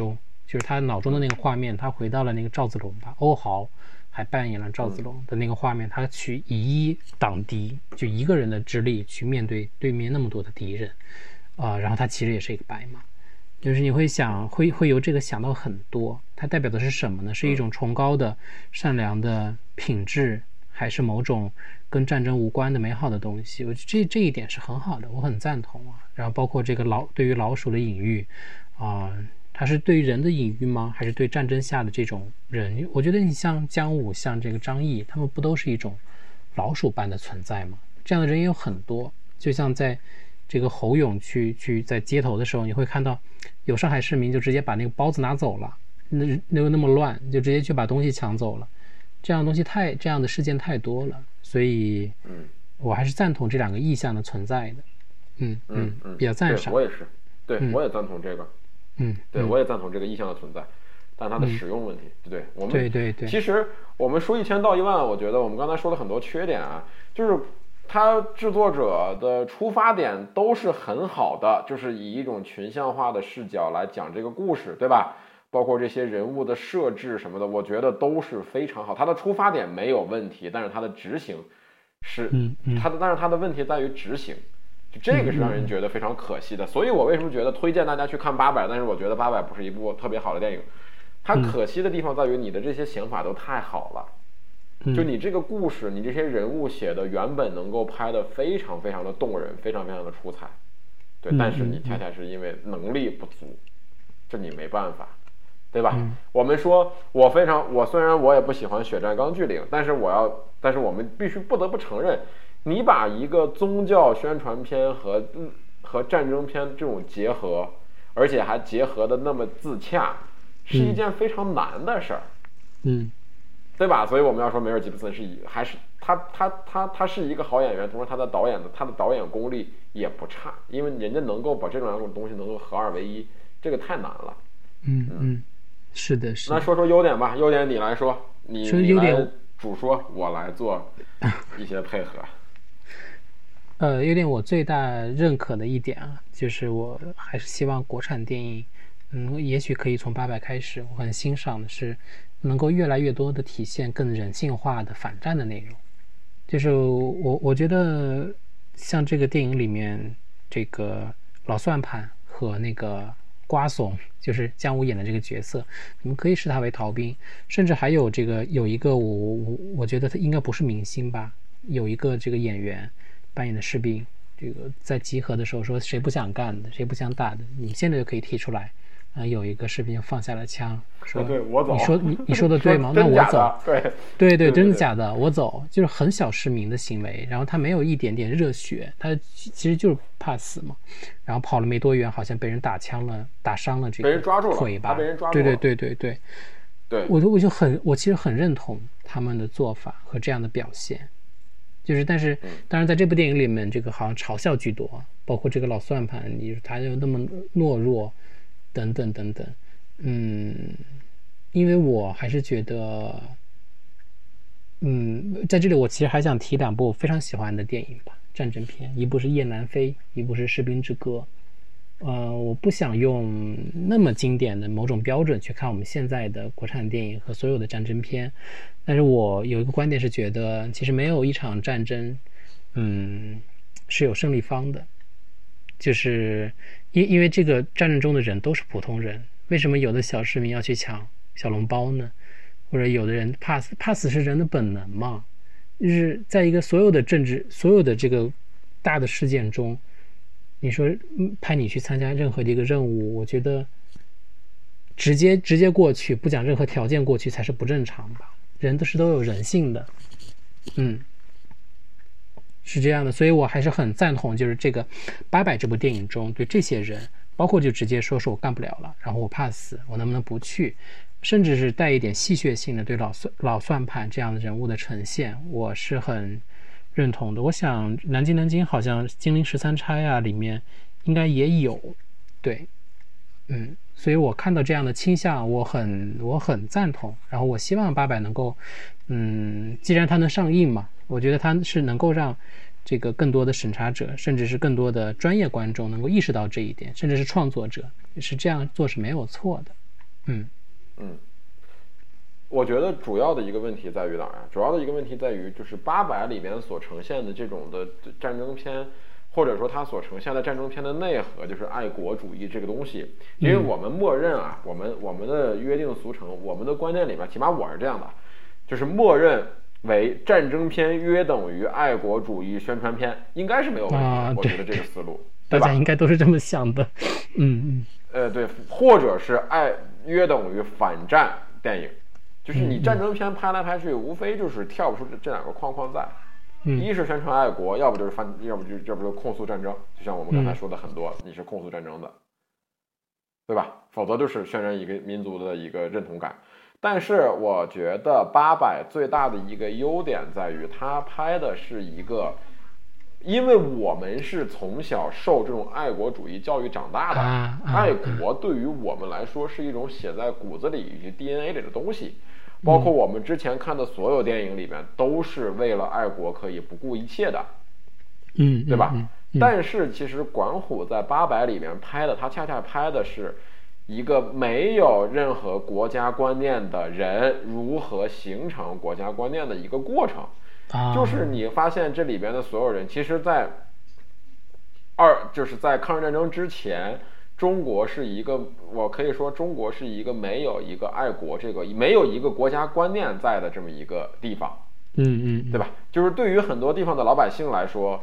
Speaker 2: 就是他脑中的那个画面，他回到了那个赵子龙吧，欧豪还扮演了赵子龙的那个画面，他去以一挡敌，就一个人的之力去面对对面那么多的敌人然后他其实也是一个白马，就是你会想会由这个想到很多，它代表的是什么呢？是一种崇高的善良的品质，还是某种跟战争无关的美好的东西？我觉得这一点是很好的，我很赞同啊。然后包括这个对于老鼠的隐喻它是对人的隐喻吗？还是对战争下的这种人？我觉得你像姜武，像这个张译，他们不都是一种老鼠般的存在吗？这样的人也有很多。就像在这个侯勇去在街头的时候，你会看到有上海市民就直接把那个包子拿走了，那么乱，就直接去把东西抢走了。这样的东西这样的事件太多了，所以我还是赞同这两个意象的存在的。比较赞赏。
Speaker 3: 我也是，对，我也赞同这个。对，我也赞同这个意象的存在，但它的使用问题，对我们
Speaker 2: 对，
Speaker 3: 其实我们说1000道1万，我觉得我们刚才说了很多缺点啊，就是它制作者的出发点都是很好的，就是以一种群像化的视角来讲这个故事，对吧？包括这些人物的设置什么的，我觉得都是非常好。它的出发点没有问题，但是它的执行是但是它的问题在于执行。这个是让人觉得非常可惜的，所以我为什么觉得推荐大家去看800，但是我觉得800不是一部特别好的电影。它可惜的地方在于你的这些想法都太好了，就你这个故事，你这些人物写的原本能够拍的非常非常的动人，非常非常的出彩，对，但是你恰恰是因为能力不足，这你没办法，对吧？我们说我虽然我也不喜欢血战钢锯岭，但是我们必须不得不承认，你把一个宗教宣传片和战争片这种结合，而且还结合的那么自洽，是一件非常难的事儿，对吧？所以我们要说梅尔吉布森还是他是一个好演员，同时他的导演功力也不差，因为人家能够把这两种东西能够合二为一，这个太难了。
Speaker 2: 是的。
Speaker 3: 那说说优点吧，优点你来说，你来主说，我来做一些配合。
Speaker 2: 有点我最大认可的一点就是我还是希望国产电影，也许可以从800开始，我很欣赏的是能够越来越多的体现更人性化的反战的内容。就是我觉得像这个电影里面这个老算盘和那个瓜怂，就是姜武演的这个角色，你们可以视他为逃兵，甚至还有有一个我觉得他应该不是明星吧，有一个这个演员扮演的士兵，这个在集合的时候说谁不想干的，谁不想打的，你现在就可以提出来。有一个士兵放下了枪，说：“
Speaker 3: 对，我走。”
Speaker 2: 你说的对吗？那我走。对，真的假的？我走，就是很小市民的行为。然后他没有一点点热血，他其实就是怕死嘛。然后跑了没多远，好像被人打伤了这个腿吧？
Speaker 3: 被人抓住了。
Speaker 2: 对。我其实很认同他们的做法和这样的表现。但是当然在这部电影里面，这个好像嘲笑居多，包括这个老算盘，他就那么懦弱。等等，因为我还是觉得，在这里我其实还想提2部我非常喜欢的电影吧，战争片，一部是《雁南飞》，一部是《士兵之歌》。我不想用那么经典的某种标准去看我们现在的国产电影和所有的战争片，但是我有一个观点是觉得，其实没有一场战争，是有胜利方的。就是因为这个战争中的人都是普通人，为什么有的小市民要去抢小笼包呢？或者有的人怕死是人的本能嘛？就是在一个所有的政治、所有的这个大的事件中，你说派你去参加任何的一个任务，我觉得直接过去，不讲任何条件过去才是不正常吧？人都有人性的，是这样的，所以我还是很赞同，就是这个800这部电影中对这些人，包括就直接说我干不了了，然后我怕死，我能不能不去，甚至是带一点戏谑性的对老算盘这样的人物的呈现，我是很认同的。我想南京好像金陵13钗啊里面应该也有，对，所以我看到这样的倾向，我很赞同。然后我希望800能够，既然它能上映嘛，我觉得它是能够让这个更多的审查者，甚至是更多的专业观众能够意识到这一点，甚至是创作者是这样做是没有错的。
Speaker 3: 我觉得主要的一个问题在于哪儿啊？主要的一个问题在于，就是800里面所呈现的这种的战争片，或者说它所呈现的战争片的内核，就是爱国主义这个东西。因为我们默认啊，我们的约定俗成，我们的观念里面，起码我是这样的，就是默认为战争片约等于爱国主义宣传片，应该是没有问题。我觉得这个思路，
Speaker 2: 大家应该都是这么想的。
Speaker 3: 对，或者是约等于反战电影。就是你战争片拍来拍去，无非就是跳不出这两个框框在，一是宣传爱国，要不就是要不就控诉战争，就像我们刚才说的很多，你是控诉战争的，对吧？否则就是渲染一个民族的一个认同感。但是我觉得800最大的一个优点在于，他拍的是一个，因为我们是从小受这种爱国主义教育长大的，爱国对于我们来说是一种写在骨子里以及 DNA 里的东西。包括我们之前看的所有电影里边，都是为了爱国可以不顾一切的，对吧？但是其实管虎在800里面拍的，他恰恰拍的是一个没有任何国家观念的人如何形成国家观念的一个过程。就是你发现这里边的所有人，其实就是在抗日战争之前，中国是一个，我可以说中国是一个没有一个爱国没有一个国家观念在的这么一个地方，对吧？就是对于很多地方的老百姓来说，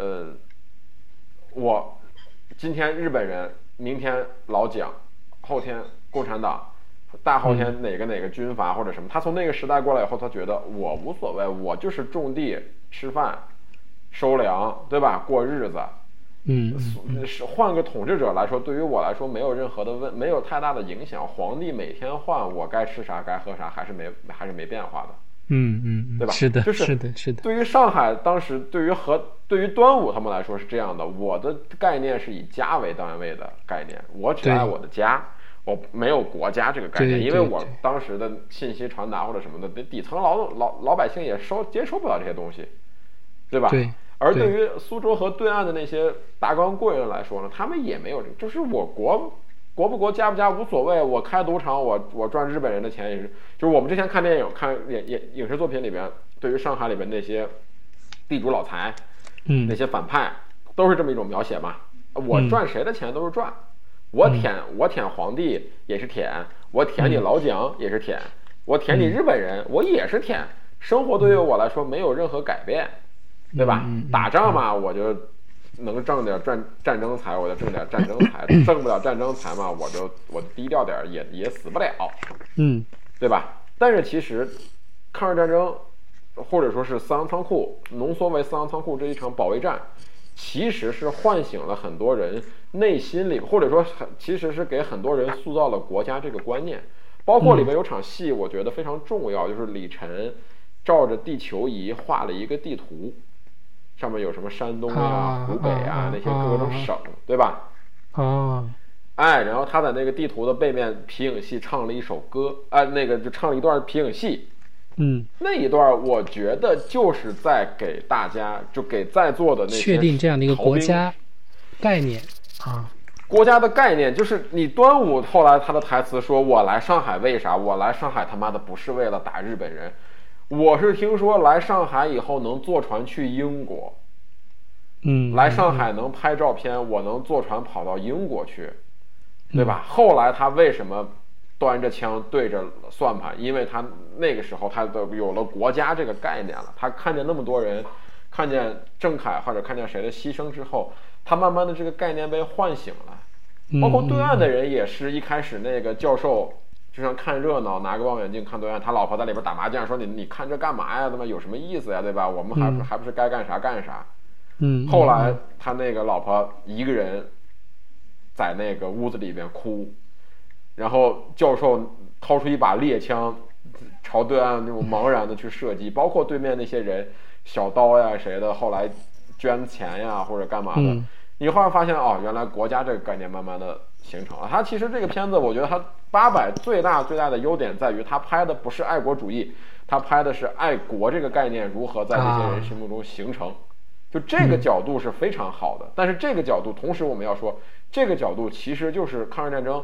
Speaker 3: 我今天日本人，明天老蒋，后天共产党，大后天哪个军阀或者什么，他从那个时代过来以后，他觉得我无所谓，我就是种地、吃饭、收粮，对吧？过日子。换个统治者来说，对于我来说没有任何的没有太大的影响。皇帝每天换，我该吃啥该喝啥还是没变化的。对吧？
Speaker 2: 是的，
Speaker 3: 是
Speaker 2: 的。
Speaker 3: 对于上海当时，对于端午他们来说是这样的。我的概念是以家为单位的概念，我只爱我的家，我没有国家这个概念，因为我当时的信息传达或者什么的，底层老百姓也接收不到这些东西，对吧？
Speaker 2: 对。
Speaker 3: 而对于苏州和对岸的那些大钢贵人来说呢，他们也没有就是我国不国家不家无所谓，我开赌场，我赚日本人的钱也是，就是我们之前看电影看影视作品里边，对于上海里边那些地主老财，那些反派都是这么一种描写嘛。我赚谁的钱都是赚，我舔皇帝也是舔，我舔你老蒋也是舔，我舔你日本人我也是舔，生活对于我来说没有任何改变。对吧？打仗嘛，我就能挣点战争财，我就挣点战争财；挣不了战争财嘛，我就低调点，也死不了。对吧？但是其实抗日战争，或者说是四行仓库浓缩为四行仓库这一场保卫战，其实是唤醒了很多人内心里，或者说其实是给很多人塑造了国家这个观念。包括里面有场戏，我觉得非常重要，就是李晨照着地球仪画了一个地图。上面有什么山东呀、湖北啊那些各种省，对吧？然后他在那个地图的背面皮影戏唱了一首歌，那个就唱了一段皮影戏。那一段我觉得就是在给大家，就给在座的那些
Speaker 2: 确定这样的一个国家概念
Speaker 3: 国家的概念就是你端午后来他的台词说：“我来上海为啥？我来上海他妈的不是为了打日本人。”我是听说来上海以后能坐船去英国，来上海能拍照片，我能坐船跑到英国去，对吧？后来他为什么端着枪对着算盘？因为他那个时候他有了国家这个概念了，他看见那么多人，看见郑恺或者看见谁的牺牲之后，他慢慢的这个概念被唤醒了。包括对岸的人也是一开始那个教授。就像看热闹，拿个望远镜看对岸，他老婆在里边打麻将，说你看这干嘛呀？他妈有什么意思呀？对吧？我们还不是该干啥干啥。后来他那个老婆一个人在那个屋子里边哭，然后教授掏出一把猎枪，朝对岸那种茫然的去射击，包括对面那些人小刀呀谁的，后来捐钱呀或者干嘛的。你后来发现原来国家这个概念慢慢的形成了。它其实这个片子，我觉得它800最大的优点在于，它拍的不是爱国主义，它拍的是爱国这个概念如何在这些人心目中形成。就这个角度是非常好的。但是这个角度，同时我们要说，这个角度其实就是抗日战争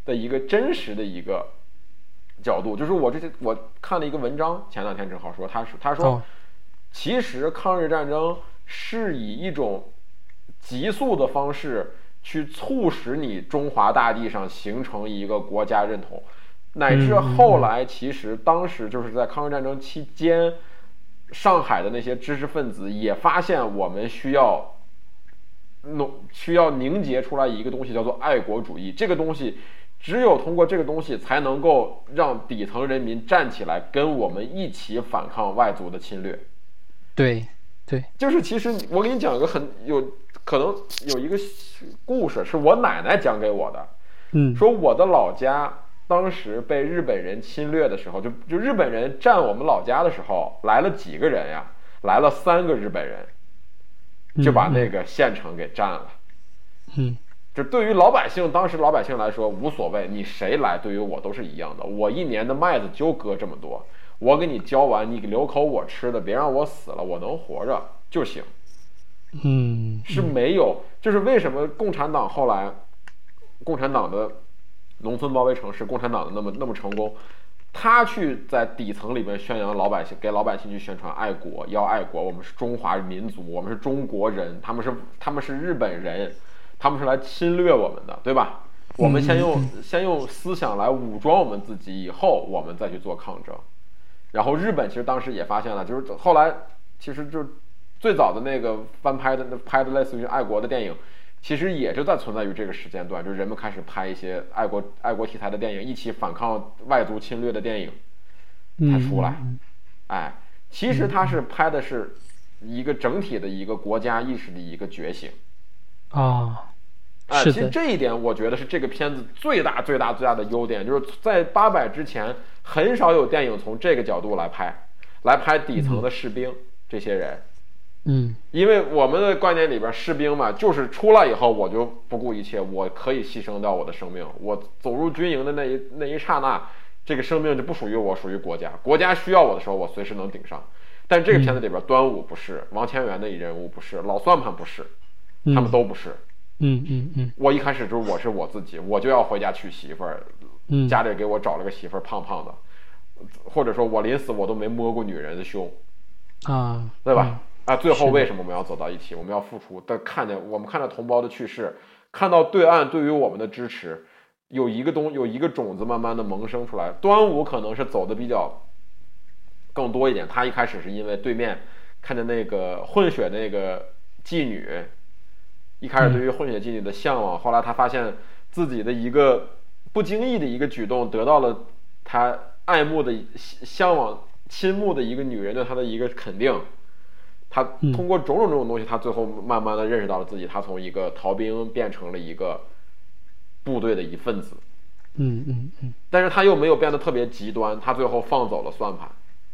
Speaker 3: 的一个真实的一个角度。就是我看了一个文章，前2天正好说，他说其实抗日战争是以一种急速的方式去促使你中华大地上形成一个国家认同，乃至后来其实当时就是在抗日战争期间，上海的那些知识分子也发现我们需要凝结出来一个东西，叫做爱国主义。这个东西只有通过这个东西才能够让底层人民站起来跟我们一起反抗外族的侵略。
Speaker 2: 对，
Speaker 3: 就是其实我给你讲一个可能有一个故事是我奶奶讲给我的。说我的老家当时被日本人侵略的时候，就日本人占我们老家的时候，来了几个人呀？来了3个日本人，就把那个县城给占了。就对于当时老百姓来说无所谓，你谁来对于我都是一样的。我一年的麦子就割这么多，我给你交完，你留口我吃的，别让我死了，我能活着就行。是没有，就是为什么共产党后来，共产党的农村包围城市，共产党的那么成功，他去在底层里面宣扬给老百姓去宣传爱国，要爱国，我们是中华民族，我们是中国人，他们是日本人，他们是来侵略我们的，对吧？我们先用思想来武装我们自己，以后我们再去做抗争。然后日本其实当时也发现了，就是后来其实就最早的那个拍的类似于爱国的电影，其实也就在存在于这个时间段，就是人们开始拍一些爱国题材的电影，一起反抗外族侵略的电影才出来。其实它是拍的是一个整体的一个国家意识的一个觉醒。其实这一点我觉得是这个片子最大的优点，就是在八佰之前很少有电影从这个角度来拍底层的士兵这些人。因为我们的观念里边，士兵嘛，就是出来以后我就不顾一切，我可以牺牲掉我的生命，我走入军营的那一刹那，这个生命就不属于我，属于国家。国家需要我的时候，我随时能顶上。但这个片子里边，端午不是，王千源的人物不是，老算盘不是，他们都不是。我一开始就是我是我自己，我就要回家娶媳妇儿，家里给我找了个媳妇儿，胖胖的，或者说我临死我都没摸过女人的胸，对吧？最后为什么我们要走到一起？我们要付出。我们看到同胞的去世，看到对岸对于我们的支持，有一个种子慢慢的萌生出来。端午可能是走的比较更多一点，他一开始是因为对面看见那个混血那个妓女，一开始对于混血妓女的向往，后来他发现自己的一个不经意的一个举动，得到了他爱慕的向往倾慕的一个女人对他的一个肯定。他通过种种东西，他最后慢慢的认识到了自己，他从一个逃兵变成了一个部队的一份子。但是他又没有变得特别极端，他最后放走了算盘。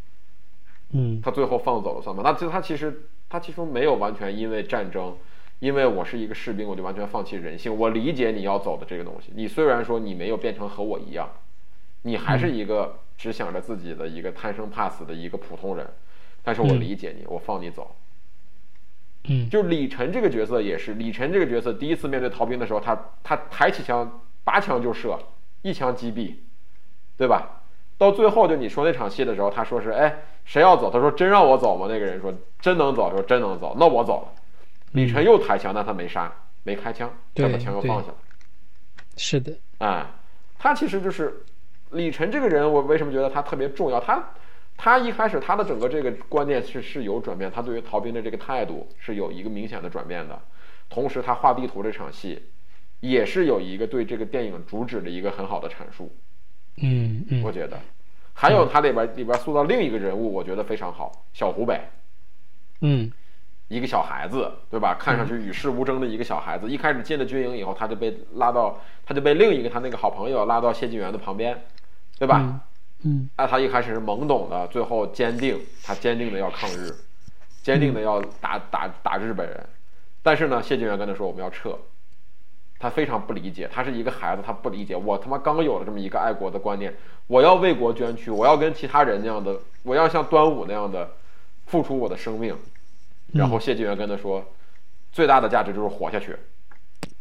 Speaker 3: 他其实没有完全因为战争，因为我是一个士兵，我就完全放弃人性。我理解你要走的这个东西，你虽然说你没有变成和我一样，你还是一个只想着自己的一个贪生怕死的一个普通人。但是我理解你，我放你走。就李晨这个角色也是，李晨这个角色第一次面对逃兵的时候，他抬起枪拔枪就射，一枪击毙，对吧？到最后就你说那场戏的时候，他说是谁要走？他说真让我走吗？那个人说真能走，说真能走，那我走了。李晨又抬枪，但他没杀，没开枪，他把枪又放下了。
Speaker 2: 是的，
Speaker 3: 他其实就是李晨这个人，我为什么觉得他特别重要？他一开始他的整个这个观念是有转变，他对于逃兵的这个态度是有一个明显的转变的。同时他画地图这场戏也是有一个对这个电影主旨的一个很好的阐述。我觉得还有他里边塑造另一个人物，我觉得非常好，小湖北。一个小孩子，对吧？看上去与世无争的一个小孩子，一开始进了军营以后，他就被另一个他那个好朋友拉到谢晋元的旁边，对吧？他一开始是懵懂的，最后坚定，他坚定的要抗日，坚定的要打日本人。但是呢，谢晋元跟他说我们要撤，他非常不理解，他是一个孩子，他不理解，我他妈刚有了这么一个爱国的观念，我要为国捐躯，我要跟其他人那样的，我要像端午那样的付出我的生命。然后谢晋元跟他说，最大的价值就是活下去。
Speaker 2: 对，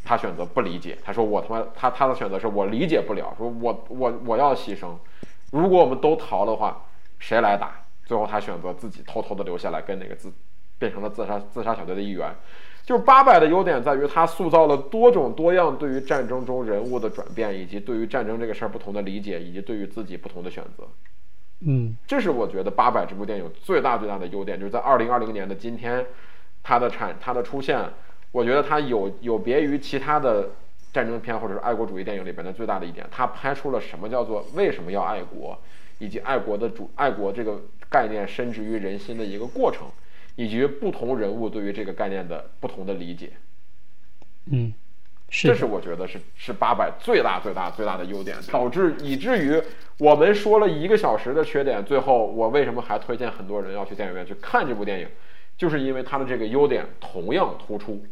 Speaker 3: 他选择不理解，他说他的选择是我理解不了，说我要牺牲，如果我们都逃的话，谁来打？最后他选择自己偷偷的留下来，跟那个变成了自杀小队的一员。就是八佰的优点在于他塑造了多种多样对于战争中人物的转变，以及对于战争这个事儿不同的理解，以及对于自己不同的选择。这是我觉得八佰这部电影最大的优点，就是在2020年的今天，它的出现，我觉得它有别于其他的战争片或者是爱国主义电影里边的最大的一点，它拍出了什么叫做为什么要爱国，以及爱国这个概念深植于人心的一个过程，以及不同人物对于这个概念的不同的理解。这是我觉得是八佰最大的优点，以至于我们说了1个小时的缺点，最后我为什么还推荐很多人要去电影院去看这部电影，就是因为它的这个优点同样突出。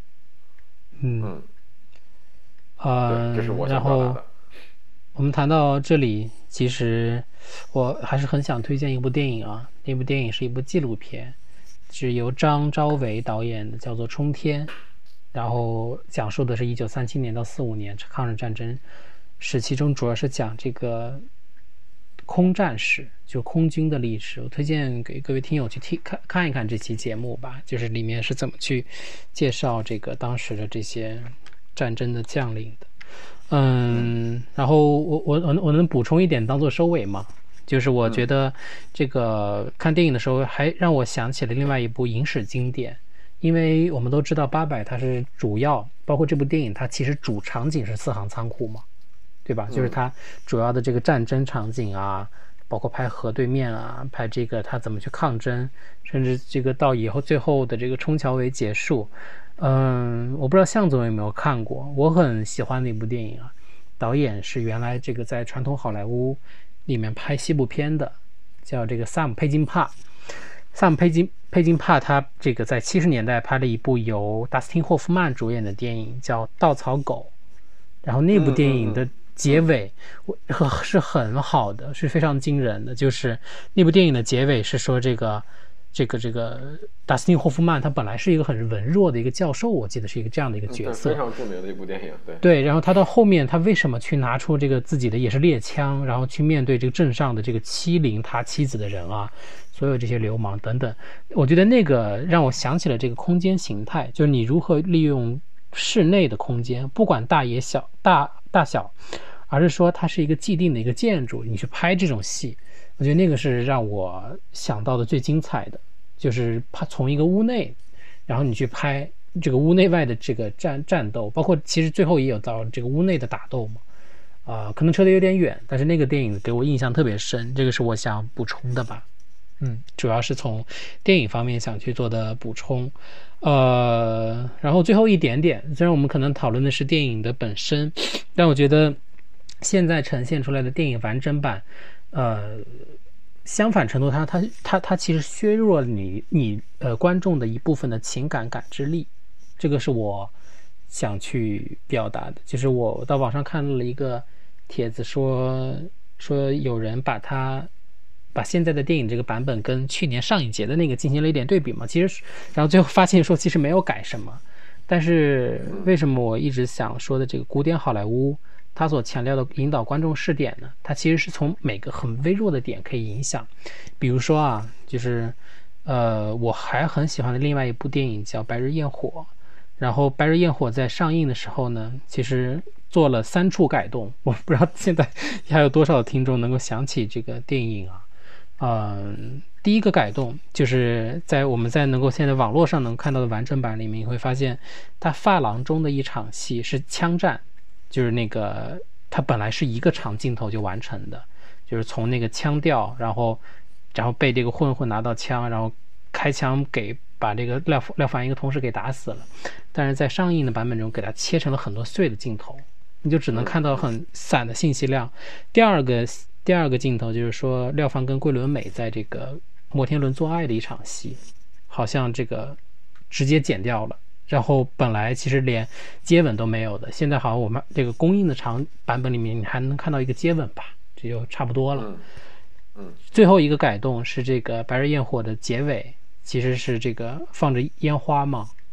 Speaker 3: 这是我想表达的。
Speaker 2: 我们谈到这里，其实我还是很想推荐一部电影啊，那部电影是一部纪录片，是由张昭伟导演的，叫做《冲天》，然后讲述的是1937年到45年抗日战争时期中，主要是讲这个空战史，就空军的历史。我推荐给各位听友去看一看这期节目吧，就是里面是怎么去介绍这个当时的这些战争的将领的。然后我能补充一点当做收尾吗？就是我觉得这个看电影的时候还让我想起了另外一部影史经典，因为我们都知道八佰它是主要，包括这部电影它其实主场景是4行仓库嘛，对吧？就是它主要的这个战争场景啊，包括拍河对面啊，拍这个他怎么去抗争，甚至这个到以后最后的这个冲桥为结束。我不知道向总有没有看过，我很喜欢那部电影啊。导演是原来这个在传统好莱坞里面拍西部片的，叫这个萨姆佩金帕。萨姆佩金帕他这个在70年代拍了一部由达斯汀霍夫曼主演的电影叫《稻草狗》，然后那部电影的结尾是很好的，是非常惊人的。就是那部电影的结尾是说这个达斯汀霍夫曼他本来是一个很文弱的一个教授，我记得是一个这样的一个角色，
Speaker 3: 非常著名的一部电影。
Speaker 2: 对，然后他到后面他为什么去拿出这个自己的也是猎枪，然后去面对这个镇上的这个欺凌他妻子的人啊，所有这些流氓等等，我觉得那个让我想起了这个空间形态，就是你如何利用室内的空间，不管大小，而是说它是一个既定的一个建筑，你去拍这种戏，我觉得那个是让我想到的最精彩的，就是从一个屋内，然后你去拍这个屋内外的这个战斗，包括其实最后也有到这个屋内的打斗嘛，可能扯得有点远，但是那个电影给我印象特别深，这个是我想补充的吧。主要是从电影方面想去做的补充。然后最后一点点，虽然我们可能讨论的是电影的本身，但我觉得现在呈现出来的电影完整版，相反程度它其实削弱了你观众的一部分的情感感知力，这个是我想去表达的。就是我到网上看了一个帖子说有人把现在的电影这个版本跟去年上影节的那个进行了一点对比嘛，其实然后最后发现说其实没有改什么。但是为什么我一直想说的这个古典好莱坞它所强调的引导观众视点呢，它其实是从每个很微弱的点可以影响。比如说啊，就是我还很喜欢的另外一部电影叫《白日焰火》，然后《白日焰火》在上映的时候呢，其实做了3处改动，我不知道现在还有多少听众能够想起这个电影啊。第一个改动就是我们在能够现在网络上能看到的完整版里面，你会发现它发廊中的一场戏是枪战，就是那个它本来是一个长镜头就完成的，就是从那个枪调，然后被这个混混拿到枪，然后开枪把这个廖凡一个同事给打死了。但是在上映的版本中给它切成了很多碎的镜头，你就只能看到很散的信息量。第二个镜头就是说廖凡跟桂纶镁在这个摩天轮做爱的一场戏，好像这个直接剪掉了，然后本来其实连接吻都没有的，现在好像我们这个公映的版本里面你还能看到一个接吻吧，这就差不多了。最后一个改动是这个《白日焰火》的结尾其实是这个放着烟花嘛，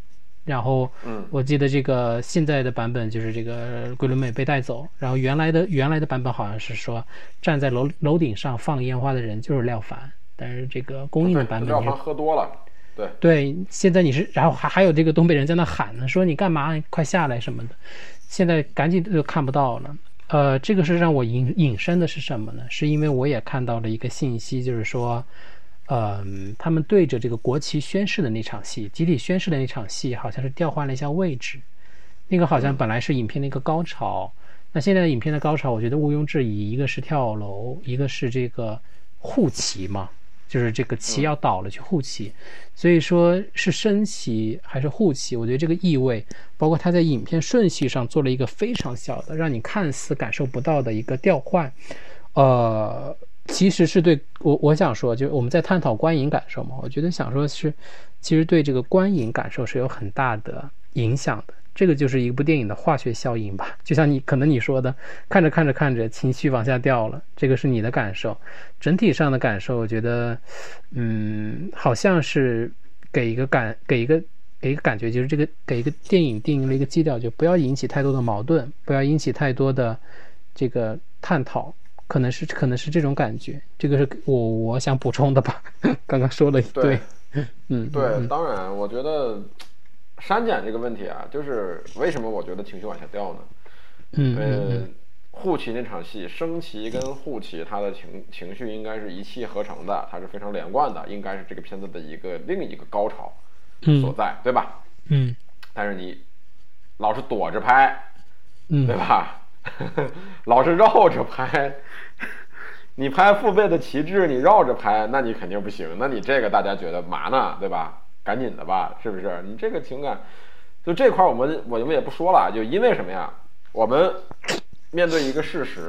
Speaker 2: 然后我记得这个现在的版本就是这个桂纶镁被带走，然后原来的版本好像是说站在楼顶上放烟花的人就是廖凡，但是这个公映的版本
Speaker 3: 廖凡喝多了，
Speaker 2: 对，现在你是，然后还有这个东北人在那喊呢，说你干嘛，你快下来什么的，现在赶紧就看不到了。这个是让我引申的是什么呢？是因为我也看到了一个信息，就是说他们对着这个国旗宣誓的那场戏，集体宣誓的那场戏好像是调换了一下位置，那个好像本来是影片的一个高潮，那现在的影片的高潮我觉得毋庸置疑，一个是跳楼，一个是这个护旗嘛，就是这个旗要倒了去护旗，所以说是升旗还是护旗，我觉得这个意味包括他在影片顺序上做了一个非常小的让你看似感受不到的一个调换，其实是对我想说，就我们在探讨观影感受嘛，我觉得想说是其实对这个观影感受是有很大的影响的，这个就是一部电影的化学效应吧，就像可能你说的，看着情绪往下掉了，这个是你的感受，整体上的感受我觉得好像是给一个感觉，就是这个给一个电影定了一个基调，就不要引起太多的矛盾，不要引起太多的这个探讨，可能是这种感觉，这个是我想补充的吧。刚刚说了一堆，
Speaker 3: 对，当然，我觉得删减这个问题啊，就是为什么我觉得情绪往下掉呢？护旗那场戏，升旗跟护旗，它的情绪应该是一气呵成的，它是非常连贯的，应该是这个片子的另一个高潮所在，对吧？但是你老是躲着拍，对吧？老是绕着拍，你拍父辈的旗帜，你绕着拍，那你肯定不行。那你这个大家觉得嘛呢，对吧？赶紧的吧，是不是？你这个情感，就这块我们也不说了，就因为什么呀？我们面对一个事实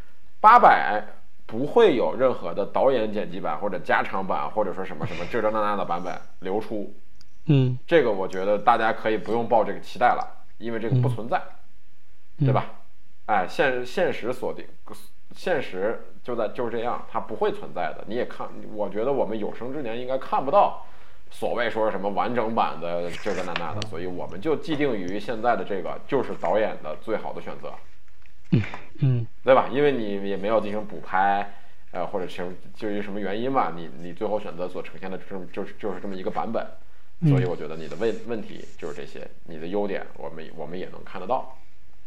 Speaker 3: ，800不会有任何的导演剪辑版或者加长版或者说什么这那的版本流出。这个我觉得大家可以不用抱这个期待了，因为这个不存在，对吧？现实锁定，现实就是这样，它不会存在的。你也看，我觉得我们有生之年应该看不到所谓说什么完整版的这个那的，所以我们就既定于现在的这个就是导演的最好的选择，对吧？因为你也没有进行补拍，或者是就于什么原因嘛，你最后选择所呈现的就是这么一个版本，所以我觉得你的问题就是这些，你的优点我们也能看得到。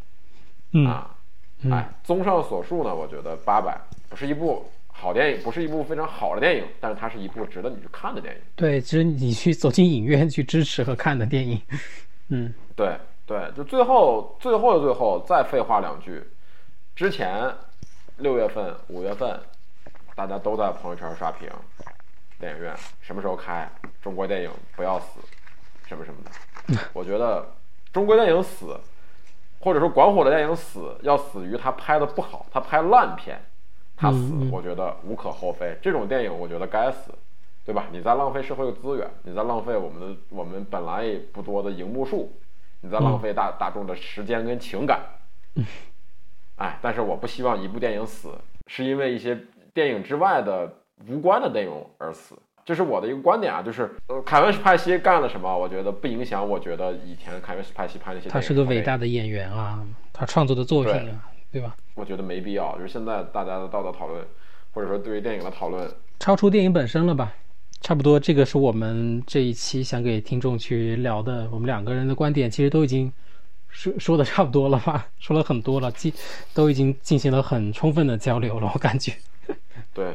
Speaker 3: 综上所述呢，我觉得800不是一部好电影，不是一部非常好的电影，但是它是一部值得你去看的电影。对，
Speaker 2: 其实你去走进影院去支持和看的电影。
Speaker 3: 对，就最后再废话两句，之前6月份、5月份，大家都在朋友圈刷屏，电影院什么时候开？中国电影不要死，什么的。我觉得中国电影死，或者说管火的电影死，要死于他拍的不好，他拍烂片，他死，我觉得无可厚非。这种电影我觉得该死，对吧？你在浪费社会的资源，你在浪费我们本来也不多的荧幕数，你在浪费大众的时间跟情感。但是我不希望一部电影死，是因为一些电影之外的无关的内容而死。这是我的一个观点啊，就是凯文·史派西干了什么，我觉得不影响。我觉得以前凯文·史派西拍那些电影，
Speaker 2: 他是个伟大的演员啊，他创作的作品啊，对吧？
Speaker 3: 我觉得没必要。就是现在大家的道德讨论，或者说对于电影的讨论，
Speaker 2: 超出电影本身了吧？差不多，这个是我们这一期想给听众去聊的。我们两个人的观点其实都已经说的差不多了吧？说了很多了，都已经进行了很充分的交流了，我感觉。
Speaker 3: 对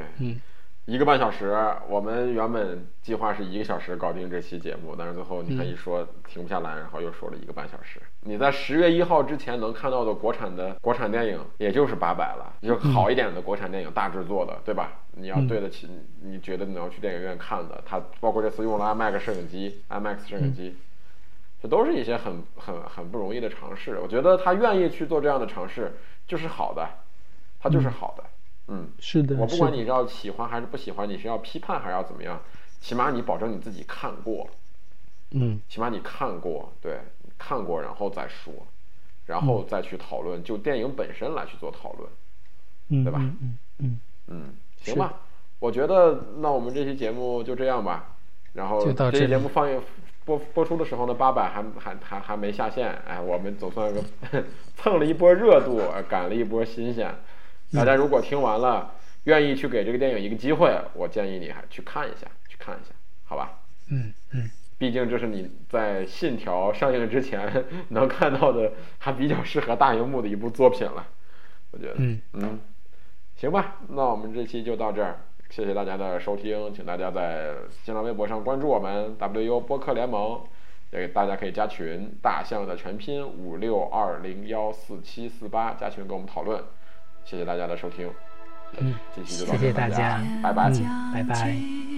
Speaker 3: ，1个半小时，我们原本计划是1个小时搞定这期节目，但是最后你看一说停不下来，然后又说了1个半小时。你在10月1号之前能看到的国产电影也就是800了，就好一点的国产电影，大制作的，对吧？你要对得起，你觉得你要去电影院看的，它包括这次用了 IMAX 摄影机，这都是一些很不容易的尝试。我觉得他愿意去做这样的尝试，就是好的，他就是好的。
Speaker 2: 是的，
Speaker 3: 我不管你要喜欢还是不喜欢，你是要批判还是要怎么样，起码你保证你自己看过，起码你看过，对，看过然后再说，然后再去讨论，就电影本身来去做讨论，对吧？行吧，我觉得那我们这期节目就这样吧，然后这期节目播出的时候呢，800还没下线，哎，我们总算蹭了一波热度，赶了一波新鲜。大家如果听完了，愿意去给这个电影一个机会，我建议你还去看一下，好吧？毕竟这是你在《信条》上映之前能看到的还比较适合大荧幕的一部作品了，我觉得。行吧，那我们这期就到这儿，谢谢大家的收听，请大家在新浪微博上关注我们 WU 播客联盟，也大家可以加群，大象的全拼5620144748，加群跟我们讨论。谢谢大家的收听，这期就到这儿，
Speaker 2: 谢谢大家，
Speaker 3: 拜拜，
Speaker 2: 拜拜。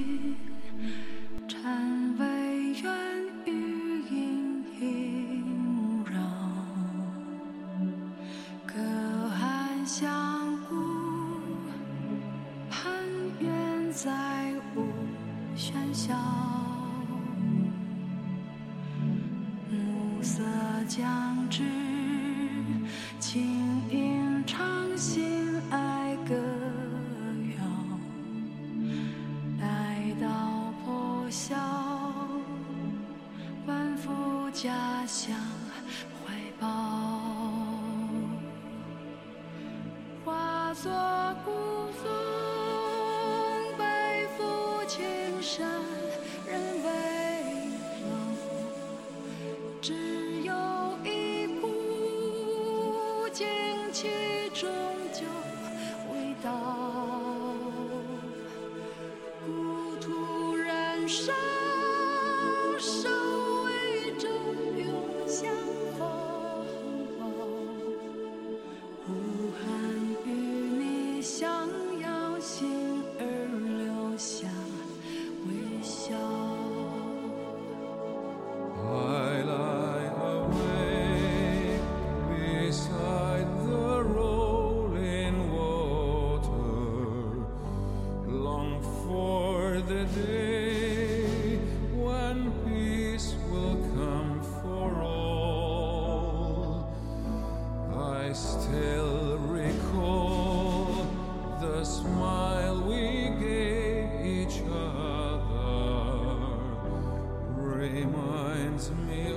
Speaker 4: 禅为源于阴萦绕，隔岸相顾，攀援在无喧嚣。暮色将至，轻吟唱心爱歌谣，来到破晓，万福家乡怀抱，化作孤峰，背负青山，人未老，只有一股精气终究未到，故土燃烧，守卫着永相怀抱，呼喊与你相邀，心儿留下微笑。
Speaker 5: I lie awake beside the rolling water, long for the day when peace will come for all. I still recall the smile we gave each other, reminds me